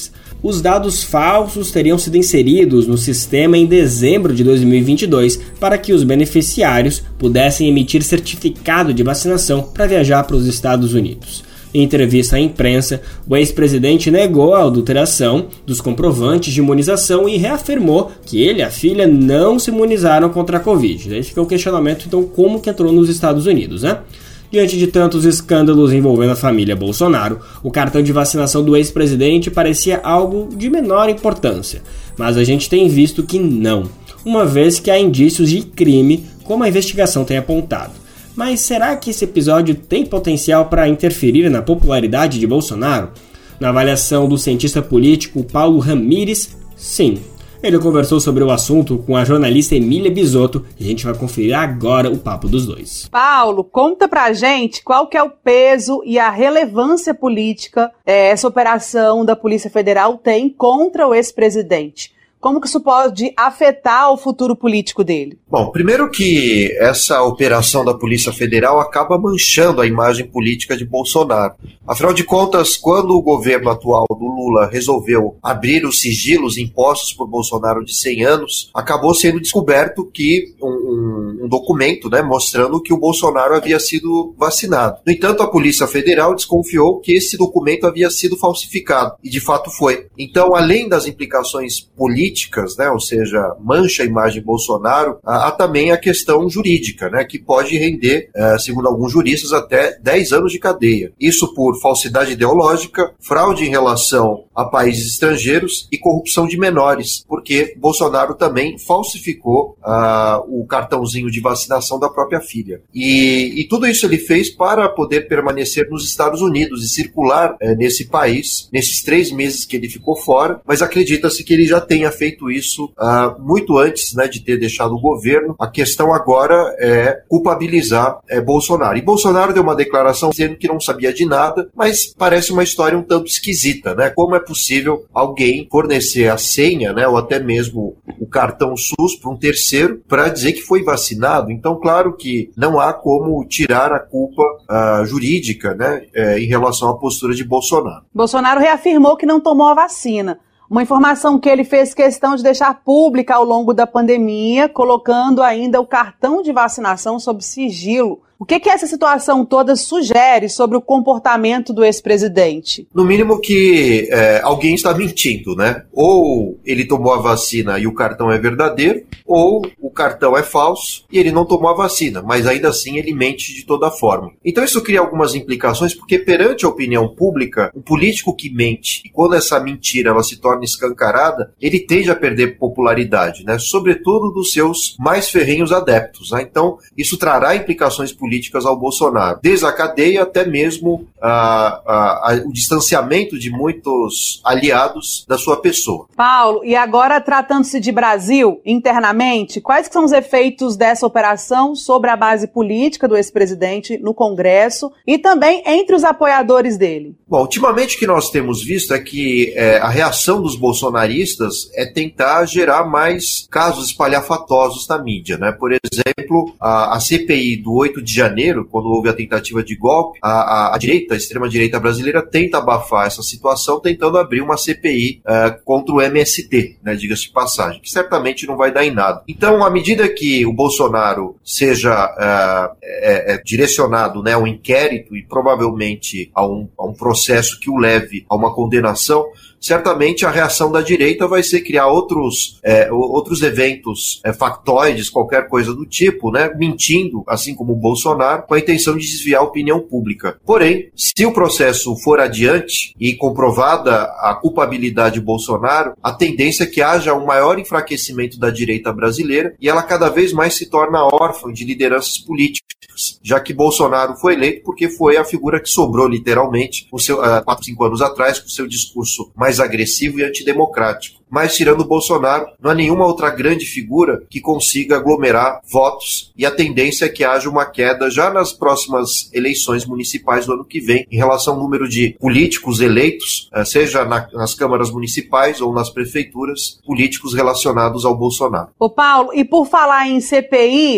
Os dados falsos teriam sido inseridos no sistema em dezembro de dois mil e vinte e dois para que os beneficiários pudessem emitir certificado de vacinação para viajar para os Estados Unidos. Em entrevista à imprensa, o ex-presidente negou a adulteração dos comprovantes de imunização e reafirmou que ele e a filha não se imunizaram contra a Covid. Daí fica o questionamento, então, como que entrou nos Estados Unidos, né? Diante de tantos escândalos envolvendo a família Bolsonaro, o cartão de vacinação do ex-presidente parecia algo de menor importância. Mas a gente tem visto que não, uma vez que há indícios de crime, como a investigação tem apontado. Mas será que esse episódio tem potencial para interferir na popularidade de Bolsonaro? Na avaliação do cientista político Paulo Ramires, sim. Ele conversou sobre o assunto com a jornalista Emília Bisotto e a gente vai conferir agora o papo dos dois. Paulo, conta pra gente qual que é o peso e a relevância política é, essa operação da Polícia Federal tem contra o ex-presidente. Como que isso pode afetar o futuro político dele? Bom, primeiro que essa operação da Polícia Federal acaba manchando a imagem política de Bolsonaro. Afinal de contas, quando o governo atual do Lula resolveu abrir os sigilos impostos por Bolsonaro de cem anos, acabou sendo descoberto que um, um, um documento, né, mostrando que o Bolsonaro havia sido vacinado. No entanto, a Polícia Federal desconfiou que esse documento havia sido falsificado, e de fato foi. Então, além das implicações políticas, né, ou seja, mancha a imagem Bolsonaro, há, há também a questão jurídica, né, que pode render, eh, segundo alguns juristas, até dez anos de cadeia. Isso por falsidade ideológica, fraude em relação a países estrangeiros e corrupção de menores, porque Bolsonaro também falsificou ah, o cartãozinho de vacinação da própria filha. E, e tudo isso ele fez para poder permanecer nos Estados Unidos e circular eh, nesse país, nesses três meses que ele ficou fora, mas acredita-se que ele já tenha feito isso uh, muito antes, né, de ter deixado o governo. A questão agora é culpabilizar é, Bolsonaro. E Bolsonaro deu uma declaração dizendo que não sabia de nada, mas parece uma história um tanto esquisita, né? Como é possível alguém fornecer a senha, né, ou até mesmo o cartão SUS para um terceiro para dizer que foi vacinado? Então, claro que não há como tirar a culpa uh, jurídica, né, é, em relação à postura de Bolsonaro. Bolsonaro reafirmou que não tomou a vacina. Uma informação que ele fez questão de deixar pública ao longo da pandemia, colocando ainda o cartão de vacinação sob sigilo. O que que essa situação toda sugere sobre o comportamento do ex-presidente? No mínimo que é, alguém está mentindo, né? Ou ele tomou a vacina e o cartão é verdadeiro, ou o cartão é falso e ele não tomou a vacina, mas ainda assim ele mente de toda forma. Então isso cria algumas implicações, porque perante a opinião pública, um político que mente, e quando essa mentira ela se torna escancarada, ele tende a perder popularidade, né? Sobretudo dos seus mais ferrenhos adeptos, né? Então isso trará implicações políticas políticas ao Bolsonaro, desde a cadeia até mesmo ah, ah, o distanciamento de muitos aliados da sua pessoa. Paulo, e agora tratando-se de Brasil, internamente, quais são os efeitos dessa operação sobre a base política do ex-presidente no Congresso e também entre os apoiadores dele? Bom, ultimamente o que nós temos visto é que é, a reação dos bolsonaristas é tentar gerar mais casos espalhafatosos na mídia, né? Por exemplo, a, a C P I do oito de janeiro, quando houve a tentativa de golpe, a, a, a direita, a extrema-direita brasileira tenta abafar essa situação, tentando abrir uma C P I uh, contra o M S T, né, diga-se de passagem, que certamente não vai dar em nada. Então, à medida que o Bolsonaro seja uh, é, é direcionado, né, a um inquérito e provavelmente a um, a um processo que o leve a uma condenação, certamente a reação da direita vai ser criar outros, é, outros eventos é, factoides, qualquer coisa do tipo, né, mentindo, assim como o Bolsonaro, com a intenção de desviar a opinião pública. Porém, se o processo for adiante e comprovada a culpabilidade de Bolsonaro, a tendência é que haja um maior enfraquecimento da direita brasileira e ela cada vez mais se torna órfã de lideranças políticas, já que Bolsonaro foi eleito porque foi a figura que sobrou literalmente há seu, uh, quatro, cinco anos atrás, com seu discurso mais agressivo e antidemocrático. Mas, tirando o Bolsonaro, não há nenhuma outra grande figura que consiga aglomerar votos, e a tendência é que haja uma queda já nas próximas eleições municipais do ano que vem, em relação ao número de políticos eleitos, seja na, nas câmaras municipais ou nas prefeituras, políticos relacionados ao Bolsonaro. Ô Paulo, e por falar em C P I,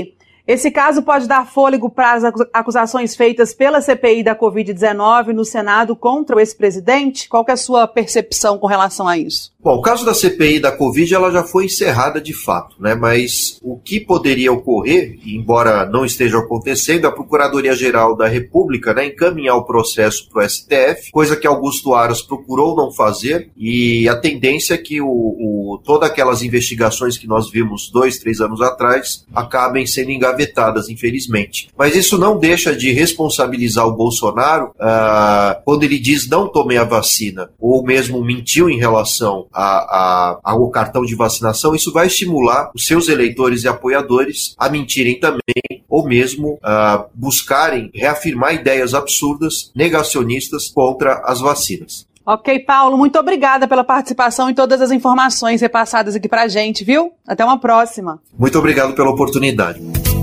Esse caso pode dar fôlego para as acusações feitas pela C P I da covid dezenove no Senado contra o ex-presidente? Qual que é a sua percepção com relação a isso? Bom, o caso da C P I da Covid ela já foi encerrada de fato, né? Mas o que poderia ocorrer, embora não esteja acontecendo, a Procuradoria-Geral da República, né, encaminhar o processo para o S T F, coisa que Augusto Aras procurou não fazer, e a tendência é que o, o, todas aquelas investigações que nós vimos dois, três anos atrás acabem sendo engavetadas, infelizmente. Mas isso não deixa de responsabilizar o Bolsonaro ah, quando ele diz não tomei a vacina, ou mesmo mentiu em relação A, a, ao cartão de vacinação. Isso vai estimular os seus eleitores e apoiadores a mentirem também, ou mesmo uh, buscarem reafirmar ideias absurdas, negacionistas contra as vacinas. Ok, Paulo, muito obrigada pela participação e todas as informações repassadas aqui pra gente, viu? Até uma próxima. Muito obrigado pela oportunidade.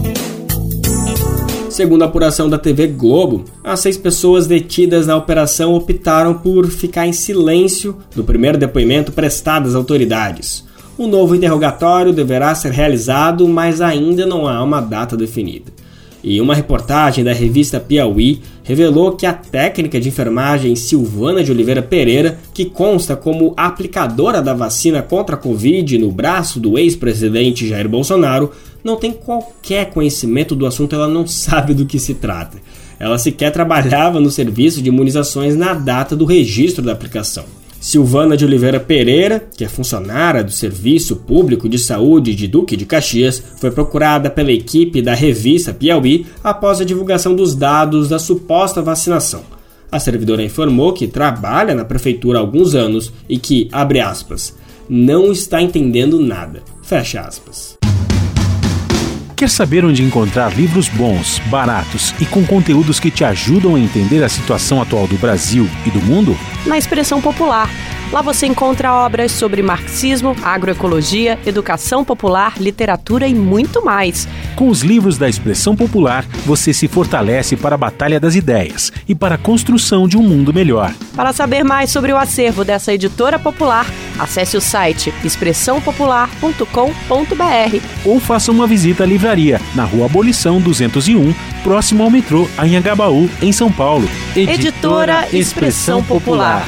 Segundo a apuração da T V Globo, as seis pessoas detidas na operação optaram por ficar em silêncio no primeiro depoimento prestado às autoridades. O novo interrogatório deverá ser realizado, mas ainda não há uma data definida. E uma reportagem da revista Piauí revelou que a técnica de enfermagem Silvana de Oliveira Pereira, que consta como aplicadora da vacina contra a Covid no braço do ex-presidente Jair Bolsonaro, não tem qualquer conhecimento do assunto, ela não sabe do que se trata. Ela sequer trabalhava no serviço de imunizações na data do registro da aplicação. Silvana de Oliveira Pereira, que é funcionária do Serviço Público de Saúde de Duque de Caxias, foi procurada pela equipe da revista Piauí após a divulgação dos dados da suposta vacinação. A servidora informou que trabalha na prefeitura há alguns anos e que, abre aspas, não está entendendo nada, fecha aspas. Quer saber onde encontrar livros bons, baratos e com conteúdos que te ajudam a entender a situação atual do Brasil e do mundo? Na Expressão Popular. Lá você encontra obras sobre marxismo, agroecologia, educação popular, literatura e muito mais. Com os livros da Expressão Popular, você se fortalece para a batalha das ideias e para a construção de um mundo melhor. Para saber mais sobre o acervo dessa editora popular, acesse o site expressão popular ponto com ponto b r ou faça uma visita à livraria na Rua Abolição duzentos e um, próximo ao metrô Anhangabaú, em São Paulo. Editora, editora Expressão Popular.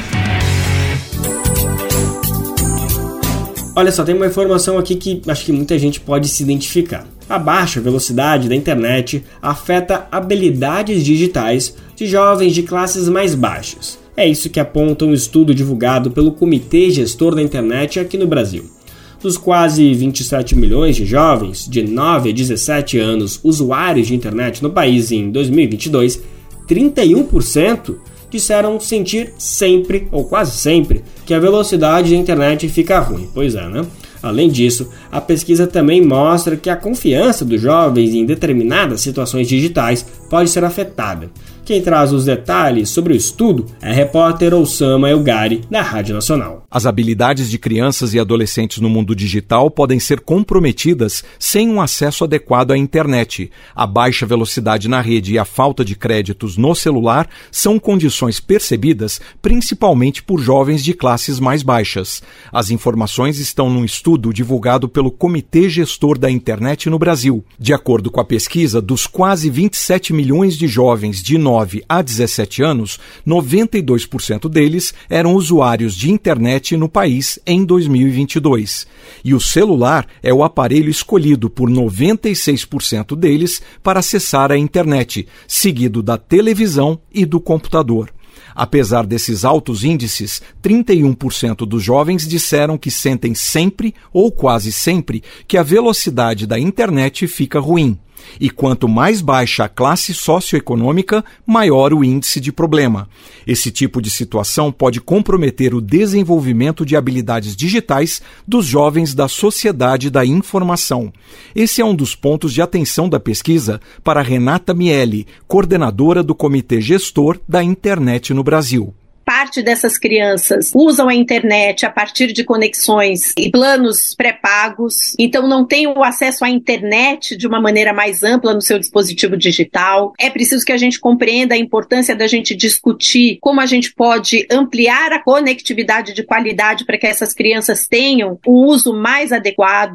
Olha só, tem uma informação aqui que acho que muita gente pode se identificar. A baixa velocidade da internet afeta habilidades digitais de jovens de classes mais baixas. É isso que aponta um estudo divulgado pelo Comitê Gestor da Internet aqui no Brasil. Dos quase vinte e sete milhões de jovens de nove a dezessete anos usuários de internet no país em dois mil e vinte e dois, trinta e um por cento disseram sentir sempre, ou quase sempre, que a velocidade da internet fica ruim. Pois é, né? Além disso, a pesquisa também mostra que a confiança dos jovens em determinadas situações digitais pode ser afetada. Quem traz os detalhes sobre o estudo é a repórter Oussama Elgari, da Rádio Nacional. As habilidades de crianças e adolescentes no mundo digital podem ser comprometidas sem um acesso adequado à internet. A baixa velocidade na rede e a falta de créditos no celular são condições percebidas principalmente por jovens de classes mais baixas. As informações estão num estudo divulgado pelo Comitê Gestor da Internet no Brasil. De acordo com a pesquisa, dos quase vinte e sete milhões de jovens de nove a dezessete anos, noventa e dois por cento deles eram usuários de internet no país em dois mil e vinte e dois. E o celular é o aparelho escolhido por noventa e seis por cento deles para acessar a internet, seguido da televisão e do computador. Apesar desses altos índices, trinta e um por cento dos jovens disseram que sentem sempre, ou quase sempre, que a velocidade da internet fica ruim. E quanto mais baixa a classe socioeconômica, maior o índice de problema. Esse tipo de situação pode comprometer o desenvolvimento de habilidades digitais dos jovens da sociedade da informação. Esse é um dos pontos de atenção da pesquisa para Renata Miele, coordenadora do Comitê Gestor da Internet no Brasil. Parte dessas crianças usam a internet a partir de conexões e planos pré-pagos, então não têm o acesso à internet de uma maneira mais ampla no seu dispositivo digital. É preciso que a gente compreenda a importância da gente discutir como a gente pode ampliar a conectividade de qualidade para que essas crianças tenham o uso mais adequado.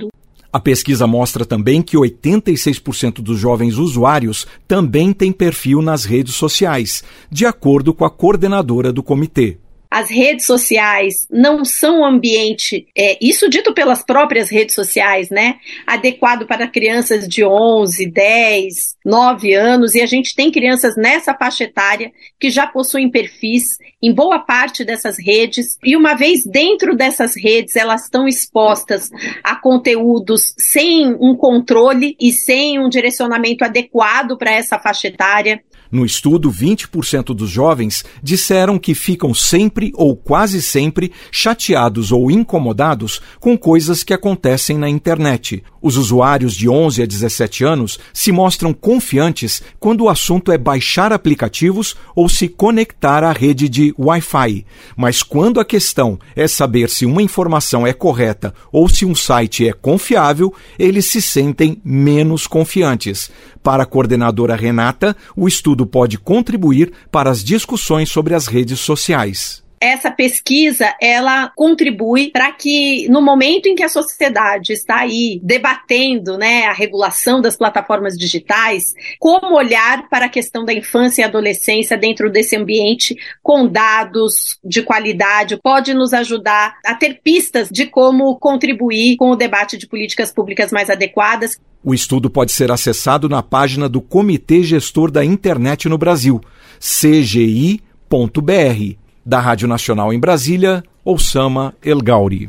A pesquisa mostra também que oitenta e seis por cento dos jovens usuários também têm perfil nas redes sociais, de acordo com a coordenadora do comitê. As redes sociais não são um ambiente, é, isso dito pelas próprias redes sociais, né, adequado para crianças de onze, dez, nove anos, e a gente tem crianças nessa faixa etária que já possuem perfis em boa parte dessas redes, e uma vez dentro dessas redes, elas estão expostas a conteúdos sem um controle e sem um direcionamento adequado para essa faixa etária. No estudo, vinte por cento dos jovens disseram que ficam sempre ou quase sempre chateados ou incomodados com coisas que acontecem na internet. Os usuários de onze a dezessete anos se mostram confiantes quando o assunto é baixar aplicativos ou se conectar à rede de Wi-Fi. Mas quando a questão é saber se uma informação é correta ou se um site é confiável, eles se sentem menos confiantes. Para a coordenadora Renata, o estudo pode contribuir para as discussões sobre as redes sociais. Essa pesquisa, ela contribui para que, no momento em que a sociedade está aí debatendo, né, a regulação das plataformas digitais, como olhar para a questão da infância e adolescência dentro desse ambiente com dados de qualidade, pode nos ajudar a ter pistas de como contribuir com o debate de políticas públicas mais adequadas. O estudo pode ser acessado na página do Comitê Gestor da Internet no Brasil, c g i ponto b r. Da Rádio Nacional em Brasília, Oussama El Gauri.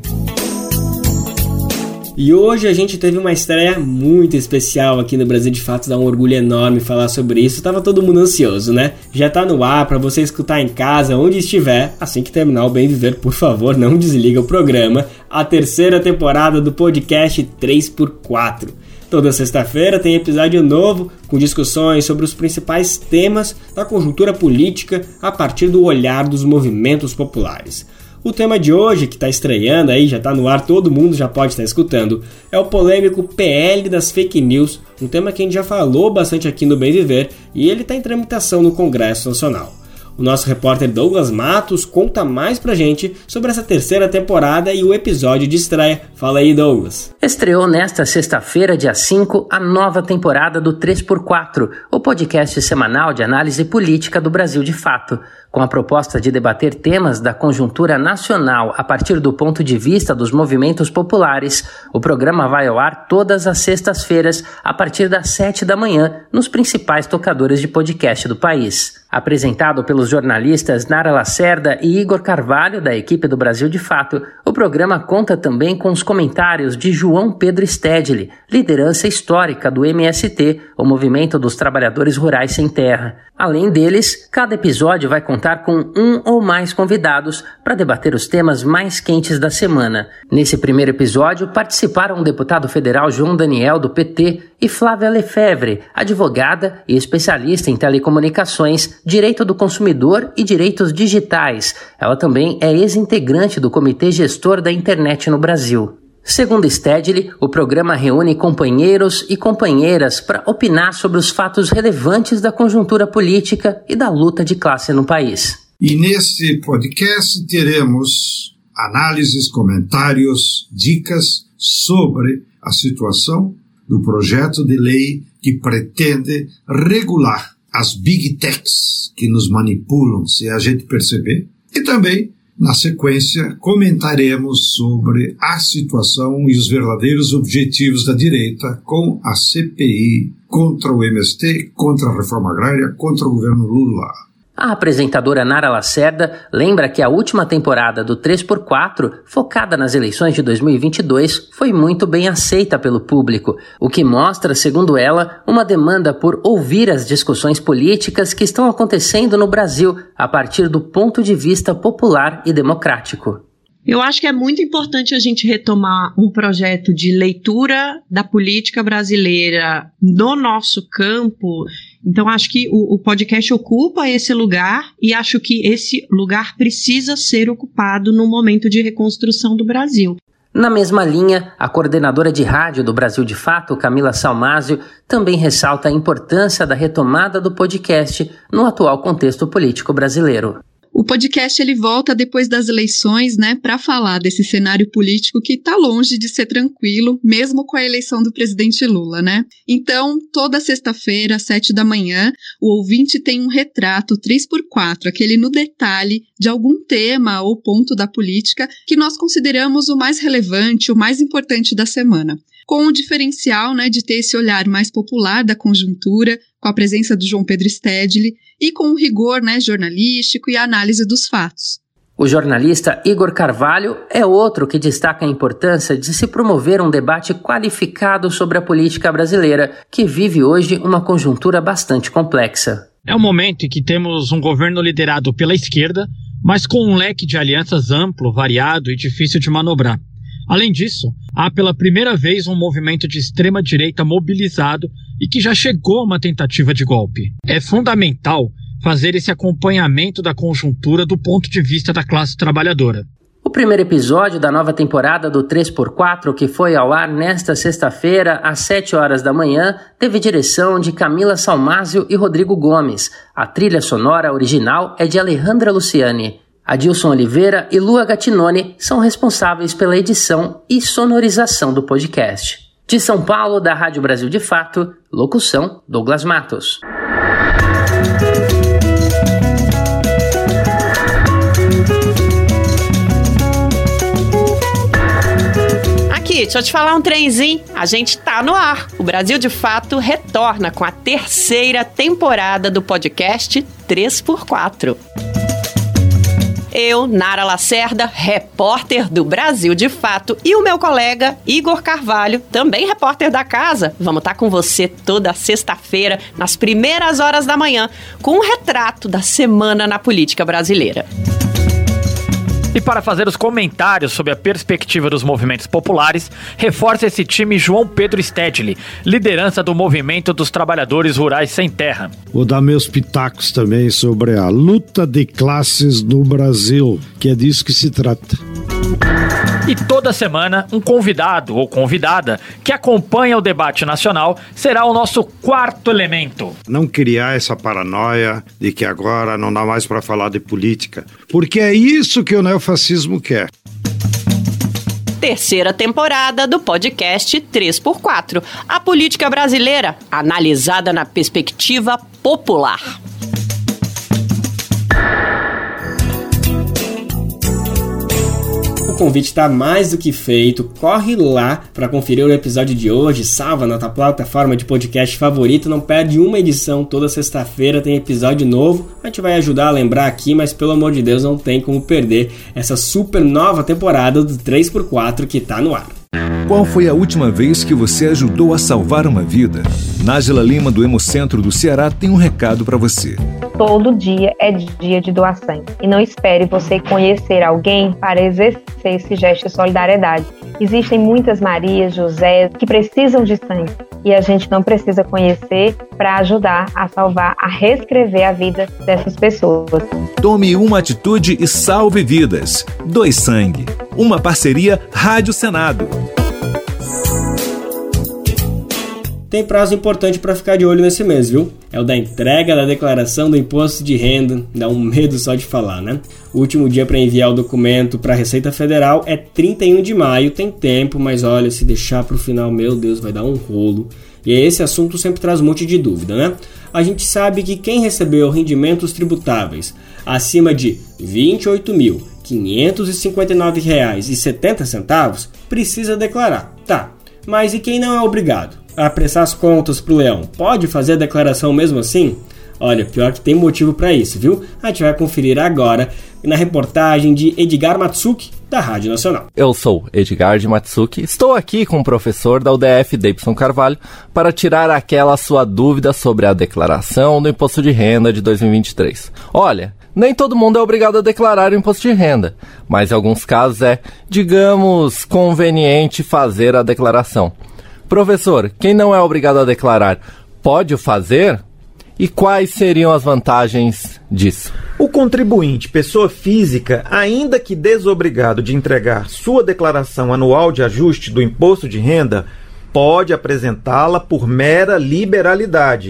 E hoje a gente teve uma estreia muito especial aqui no Brasil de Fato, dá um orgulho enorme falar sobre isso. Tava todo mundo ansioso, né? Já tá no ar para você escutar em casa, onde estiver. Assim que terminar o Bem Viver, por favor, não desliga o programa. A terceira temporada do podcast três por quatro. Toda sexta-feira tem episódio novo com discussões sobre os principais temas da conjuntura política a partir do olhar dos movimentos populares. O tema de hoje, que está estreando aí, já está no ar, todo mundo já pode estar escutando, é o polêmico P L das fake news, um tema que a gente já falou bastante aqui no Bem Viver e ele está em tramitação no Congresso Nacional. O nosso repórter Douglas Matos conta mais pra gente sobre essa terceira temporada e o episódio de estreia. Fala aí, Douglas. Estreou nesta sexta-feira, dia cinco, a nova temporada do três por quatro, o podcast semanal de análise política do Brasil de Fato. Com a proposta de debater temas da conjuntura nacional a partir do ponto de vista dos movimentos populares, o programa vai ao ar todas as sextas-feiras, a partir das sete da manhã, nos principais tocadores de podcast do país. Apresentado pelos jornalistas Nara Lacerda e Igor Carvalho, da equipe do Brasil de Fato, o programa conta também com os comentários de João Pedro Stedley, liderança histórica do M S T, o Movimento dos Trabalhadores Rurais Sem Terra. Além deles, cada episódio vai contar com um ou mais convidados para debater os temas mais quentes da semana. Nesse primeiro episódio, participaram o deputado federal João Daniel, do P T, e Flávia Lefebvre, advogada e especialista em telecomunicações, direito do consumidor e direitos digitais. Ela também é ex-integrante do Comitê Gestor da Internet no Brasil. Segundo Stedley, o programa reúne companheiros e companheiras para opinar sobre os fatos relevantes da conjuntura política e da luta de classe no país. E nesse podcast teremos análises, comentários, dicas sobre a situação do projeto de lei que pretende regular as big techs que nos manipulam, se a gente perceber, e também, na sequência, comentaremos sobre a situação e os verdadeiros objetivos da direita com a C P I contra o M S T, contra a reforma agrária, contra o governo Lula. A apresentadora Nara Lacerda lembra que a última temporada do três por quatro, focada nas eleições de dois mil e vinte e dois, foi muito bem aceita pelo público, o que mostra, segundo ela, uma demanda por ouvir as discussões políticas que estão acontecendo no Brasil a partir do ponto de vista popular e democrático. Eu acho que é muito importante a gente retomar um projeto de leitura da política brasileira no nosso campo. Então, acho que o, o podcast ocupa esse lugar e acho que esse lugar precisa ser ocupado no momento de reconstrução do Brasil. Na mesma linha, a coordenadora de rádio do Brasil de Fato, Camila Salmásio, também ressalta a importância da retomada do podcast no atual contexto político brasileiro. O podcast ele volta depois das eleições, né, para falar desse cenário político que está longe de ser tranquilo, mesmo com a eleição do presidente Lula, né? Então, toda sexta-feira, às sete da manhã, o ouvinte tem um retrato três por quatro, aquele no detalhe de algum tema ou ponto da política que nós consideramos o mais relevante, o mais importante da semana. Com o diferencial, né, de ter esse olhar mais popular da conjuntura, com a presença do João Pedro Stedley e com o rigor, né, jornalístico e a análise dos fatos. O jornalista Igor Carvalho é outro que destaca a importância de se promover um debate qualificado sobre a política brasileira, que vive hoje uma conjuntura bastante complexa. É um momento em que temos um governo liderado pela esquerda, mas com um leque de alianças amplo, variado e difícil de manobrar. Além disso, há pela primeira vez um movimento de extrema-direita mobilizado e que já chegou a uma tentativa de golpe. É fundamental fazer esse acompanhamento da conjuntura do ponto de vista da classe trabalhadora. O primeiro episódio da nova temporada do três por quatro, que foi ao ar nesta sexta-feira, às sete horas da manhã, teve direção de Camila Salmásio e Rodrigo Gomes. A trilha sonora original é de Alejandra Luciani. Adilson Oliveira e Lua Gattinone são responsáveis pela edição e sonorização do podcast. De São Paulo, da Rádio Brasil de Fato, locução Douglas Matos. Aqui, deixa eu te falar um trenzinho. A gente tá no ar. O Brasil de Fato retorna com a terceira temporada do podcast três por quatro. Eu, Nara Lacerda, repórter do Brasil de Fato, e o meu colega Igor Carvalho, também repórter da casa, vamos estar com você toda sexta-feira, nas primeiras horas da manhã, com um retrato da semana na política brasileira. E para fazer os comentários sobre a perspectiva dos movimentos populares, reforça esse time João Pedro Stedley, liderança do Movimento dos Trabalhadores Rurais Sem Terra. Vou dar meus pitacos também sobre a luta de classes no Brasil, que é disso que se trata. E toda semana, um convidado ou convidada que acompanha o debate nacional será o nosso quarto elemento. Não criar essa paranoia de que agora não dá mais para falar de política, porque é isso que o neofascismo quer. Terceira temporada do podcast três por quatro, a política brasileira, analisada na perspectiva popular. O convite está mais do que feito, corre lá para conferir o episódio de hoje, salva na tua plataforma de podcast favorito, não perde uma edição, toda sexta-feira tem episódio novo, a gente vai ajudar a lembrar aqui, mas pelo amor de Deus não tem como perder essa super nova temporada do três por quatro que tá no ar. Qual foi a última vez que você ajudou a salvar uma vida? Nájila Lima, do Hemocentro do Ceará, tem um recado para você. Todo dia é dia de doar sangue. E não espere você conhecer alguém para exercer esse gesto de solidariedade. Existem muitas Marias, José, que precisam de sangue. E a gente não precisa conhecer para ajudar a salvar, a reescrever a vida dessas pessoas. Tome uma atitude e salve vidas. Doe sangue. Uma parceria Rádio Senado. Tem prazo importante para ficar de olho nesse mês, viu? É o da entrega da declaração do imposto de renda, dá um medo só de falar, né? O último dia para enviar o documento para a Receita Federal é trinta e um de maio, tem tempo, mas olha, se deixar para o final, meu Deus, vai dar um rolo. E esse assunto sempre traz um monte de dúvida, né? A gente sabe que quem recebeu rendimentos tributáveis acima de vinte e oito mil quinhentos e cinquenta e nove reais e setenta centavos precisa declarar, tá? Mas e quem não é obrigado a prestar as contas pro leão, pode fazer a declaração mesmo assim? Olha, pior que tem motivo para isso, viu? A gente vai conferir agora na reportagem de Edgar Matsuki, da Rádio Nacional. Eu sou Edgar de Matsuki, estou aqui com o professor da U D F, Deibson Carvalho, para tirar aquela sua dúvida sobre a declaração do Imposto de Renda de dois mil e vinte e três. Olha, nem todo mundo é obrigado a declarar o imposto de renda, mas em alguns casos é, digamos, conveniente fazer a declaração. Professor, quem não é obrigado a declarar, pode o fazer? E quais seriam as vantagens disso? O contribuinte, pessoa física, ainda que desobrigado de entregar sua declaração anual de ajuste do imposto de renda, pode apresentá-la por mera liberalidade,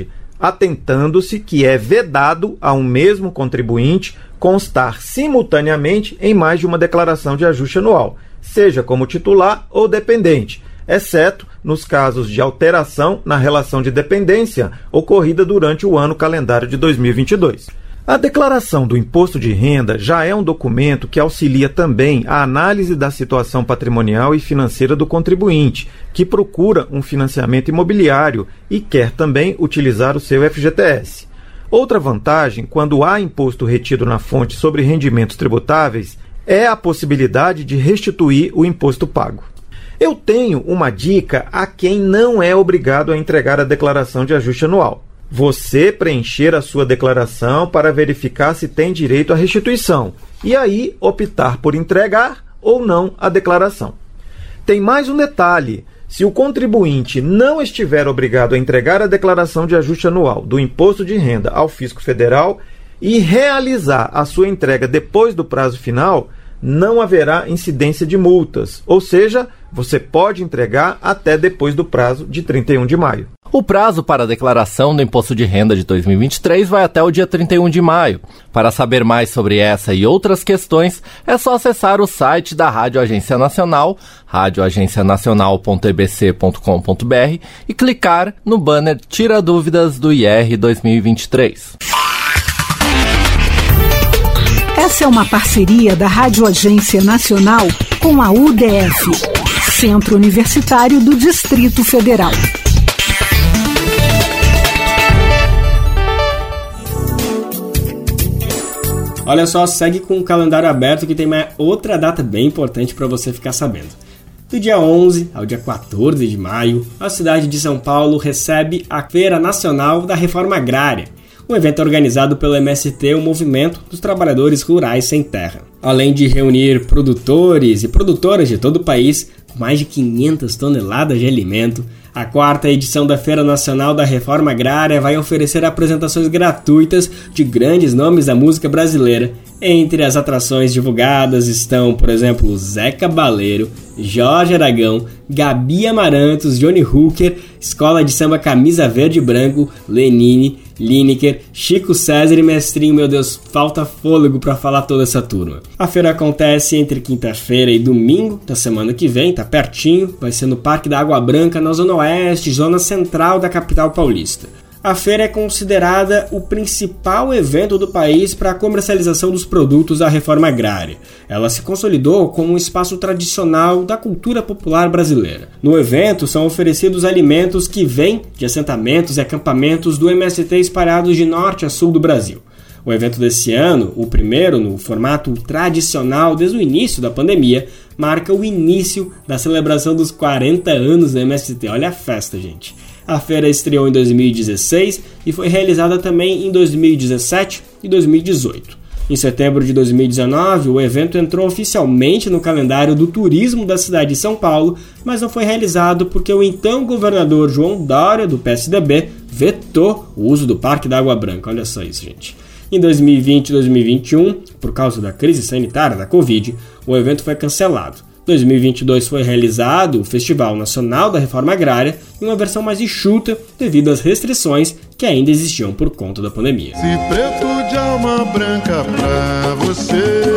atentando-se que é vedado a um mesmo contribuinte constar simultaneamente em mais de uma declaração de ajuste anual, seja como titular ou dependente, exceto nos casos de alteração na relação de dependência ocorrida durante o ano calendário de dois mil e vinte e dois. A declaração do imposto de renda já é um documento que auxilia também a análise da situação patrimonial e financeira do contribuinte, que procura um financiamento imobiliário e quer também utilizar o seu F G T S. Outra vantagem, quando há imposto retido na fonte sobre rendimentos tributáveis, é a possibilidade de restituir o imposto pago. Eu tenho uma dica a quem não é obrigado a entregar a declaração de ajuste anual. Você preencher a sua declaração para verificar se tem direito à restituição e aí optar por entregar ou não a declaração. Tem mais um detalhe: se o contribuinte não estiver obrigado a entregar a declaração de ajuste anual do imposto de renda ao Fisco Federal e realizar a sua entrega depois do prazo final, não haverá incidência de multas, ou seja, você pode entregar até depois do prazo de trinta e um de maio. O prazo para a declaração do Imposto de Renda de dois mil e vinte e três vai até o dia trinta e um de maio. Para saber mais sobre essa e outras questões, é só acessar o site da Rádio Agência Nacional, rádio agência nacional ponto e b c ponto com ponto b r, e clicar no banner Tira Dúvidas do I R dois mil e vinte e três. Essa é uma parceria da Rádio Agência Nacional com a U D F, Centro Universitário do Distrito Federal. Olha só, segue com o calendário aberto que tem mais outra data bem importante para você ficar sabendo. Do dia onze ao dia quatorze de maio, a cidade de São Paulo recebe a Feira Nacional da Reforma Agrária, um evento organizado pelo M S T, o Movimento dos Trabalhadores Rurais Sem Terra. Além de reunir produtores e produtoras de todo o país, com mais de quinhentas toneladas de alimento, a quarta edição da Feira Nacional da Reforma Agrária vai oferecer apresentações gratuitas de grandes nomes da música brasileira. Entre as atrações divulgadas estão, por exemplo, Zé Cabaleiro, Jorge Aragão, Gabi Amarantos, Johnny Hooker, Escola de Samba Camisa Verde e Branco, Lenine, Lineker, Chico César e Mestrinho. Meu Deus, falta fôlego para falar toda essa turma. A feira acontece entre quinta-feira e domingo da semana que vem, tá pertinho, vai ser no Parque da Água Branca, na Zona Oeste, zona central da capital paulista. A feira é considerada o principal evento do país para a comercialização dos produtos da reforma agrária. Ela se consolidou como um espaço tradicional da cultura popular brasileira. No evento são oferecidos alimentos que vêm de assentamentos e acampamentos do M S T espalhados de norte a sul do Brasil. O evento desse ano, o primeiro no formato tradicional desde o início da pandemia, marca o início da celebração dos quarenta anos do M S T. Olha a festa, gente! A feira estreou em dois mil e dezesseis e foi realizada também em dois mil e dezessete e dois mil e dezoito. Em setembro de dois mil e dezenove, o evento entrou oficialmente no calendário do turismo da cidade de São Paulo, mas não foi realizado porque o então governador João Dória, do P S D B, vetou o uso do Parque da Água Branca. Olha só isso, gente. Em dois mil e vinte e dois mil e vinte e um, por causa da crise sanitária da Covid, o evento foi cancelado. Em dois mil e vinte e dois foi realizado o Festival Nacional da Reforma Agrária em uma versão mais enxuta devido às restrições que ainda existiam por conta da pandemia. Se preto de alma branca pra você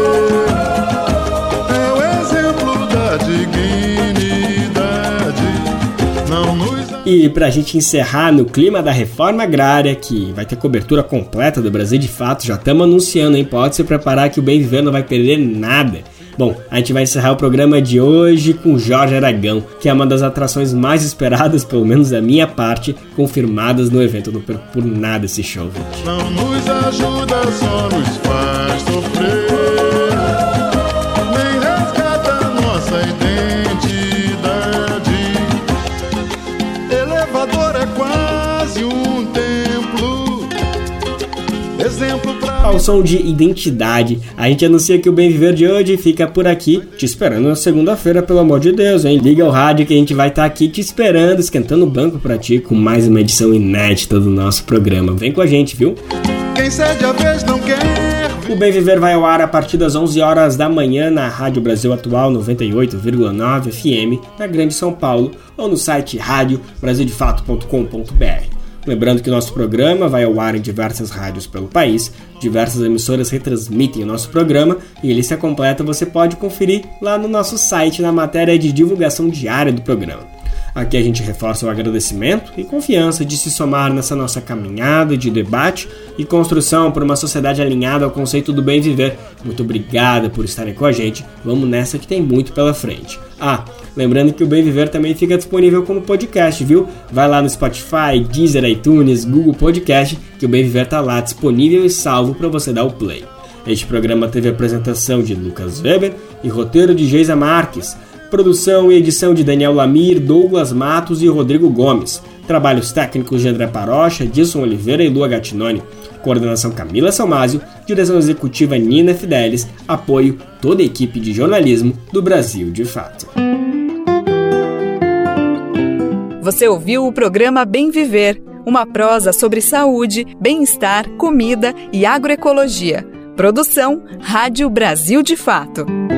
é o exemplo da dignidade, não nos... E pra gente encerrar no clima da reforma agrária, que vai ter cobertura completa do Brasil de Fato, já estamos anunciando, hein? Pode se preparar que o Bem Viver não vai perder nada. Bom, a gente vai encerrar o programa de hoje com Jorge Aragão, que é uma das atrações mais esperadas, pelo menos da minha parte, confirmadas no evento. Eu não perco por nada esse show, gente. Não nos ajuda, só nos faz sofrer, nem resgata nossa identidade. Elevador é quase um templo, exemplo pra... Ao som de Identidade, a gente anuncia que o Bem Viver de hoje fica por aqui, te esperando na segunda-feira, pelo amor de Deus, hein? Liga o rádio que a gente vai estar aqui te esperando, esquentando o banco pra ti, com mais uma edição inédita do nosso programa. Vem com a gente, viu? Quem cede a vez não quer. O Bem Viver vai ao ar a partir das onze horas da manhã na Rádio Brasil Atual noventa e oito vírgula nove F M, na Grande São Paulo, ou no site rádio brasil de fato ponto com ponto b r. Lembrando que o nosso programa vai ao ar em diversas rádios pelo país, diversas emissoras retransmitem o nosso programa e a lista completa você pode conferir lá no nosso site na matéria de divulgação diária do programa. Aqui a gente reforça o agradecimento e confiança de se somar nessa nossa caminhada de debate e construção por uma sociedade alinhada ao conceito do bem viver. Muito obrigada por estarem com a gente. Vamos nessa que tem muito pela frente. Ah, lembrando que o Bem Viver também fica disponível como podcast, viu? Vai lá no Spotify, Deezer, iTunes, Google Podcast, que o Bem Viver tá lá disponível e salvo para você dar o play. Este programa teve a apresentação de Lucas Weber e roteiro de Geisa Marques. Produção e edição de Daniel Lamir, Douglas Matos e Rodrigo Gomes. Trabalhos técnicos de André Parocha, Dilson Oliveira e Lua Gattinoni. Coordenação Camila Salmásio, direção executiva Nina Fidelis, apoio toda a equipe de jornalismo do Brasil de Fato. Você ouviu o programa Bem Viver, uma prosa sobre saúde, bem-estar, comida e agroecologia. Produção Rádio Brasil de Fato.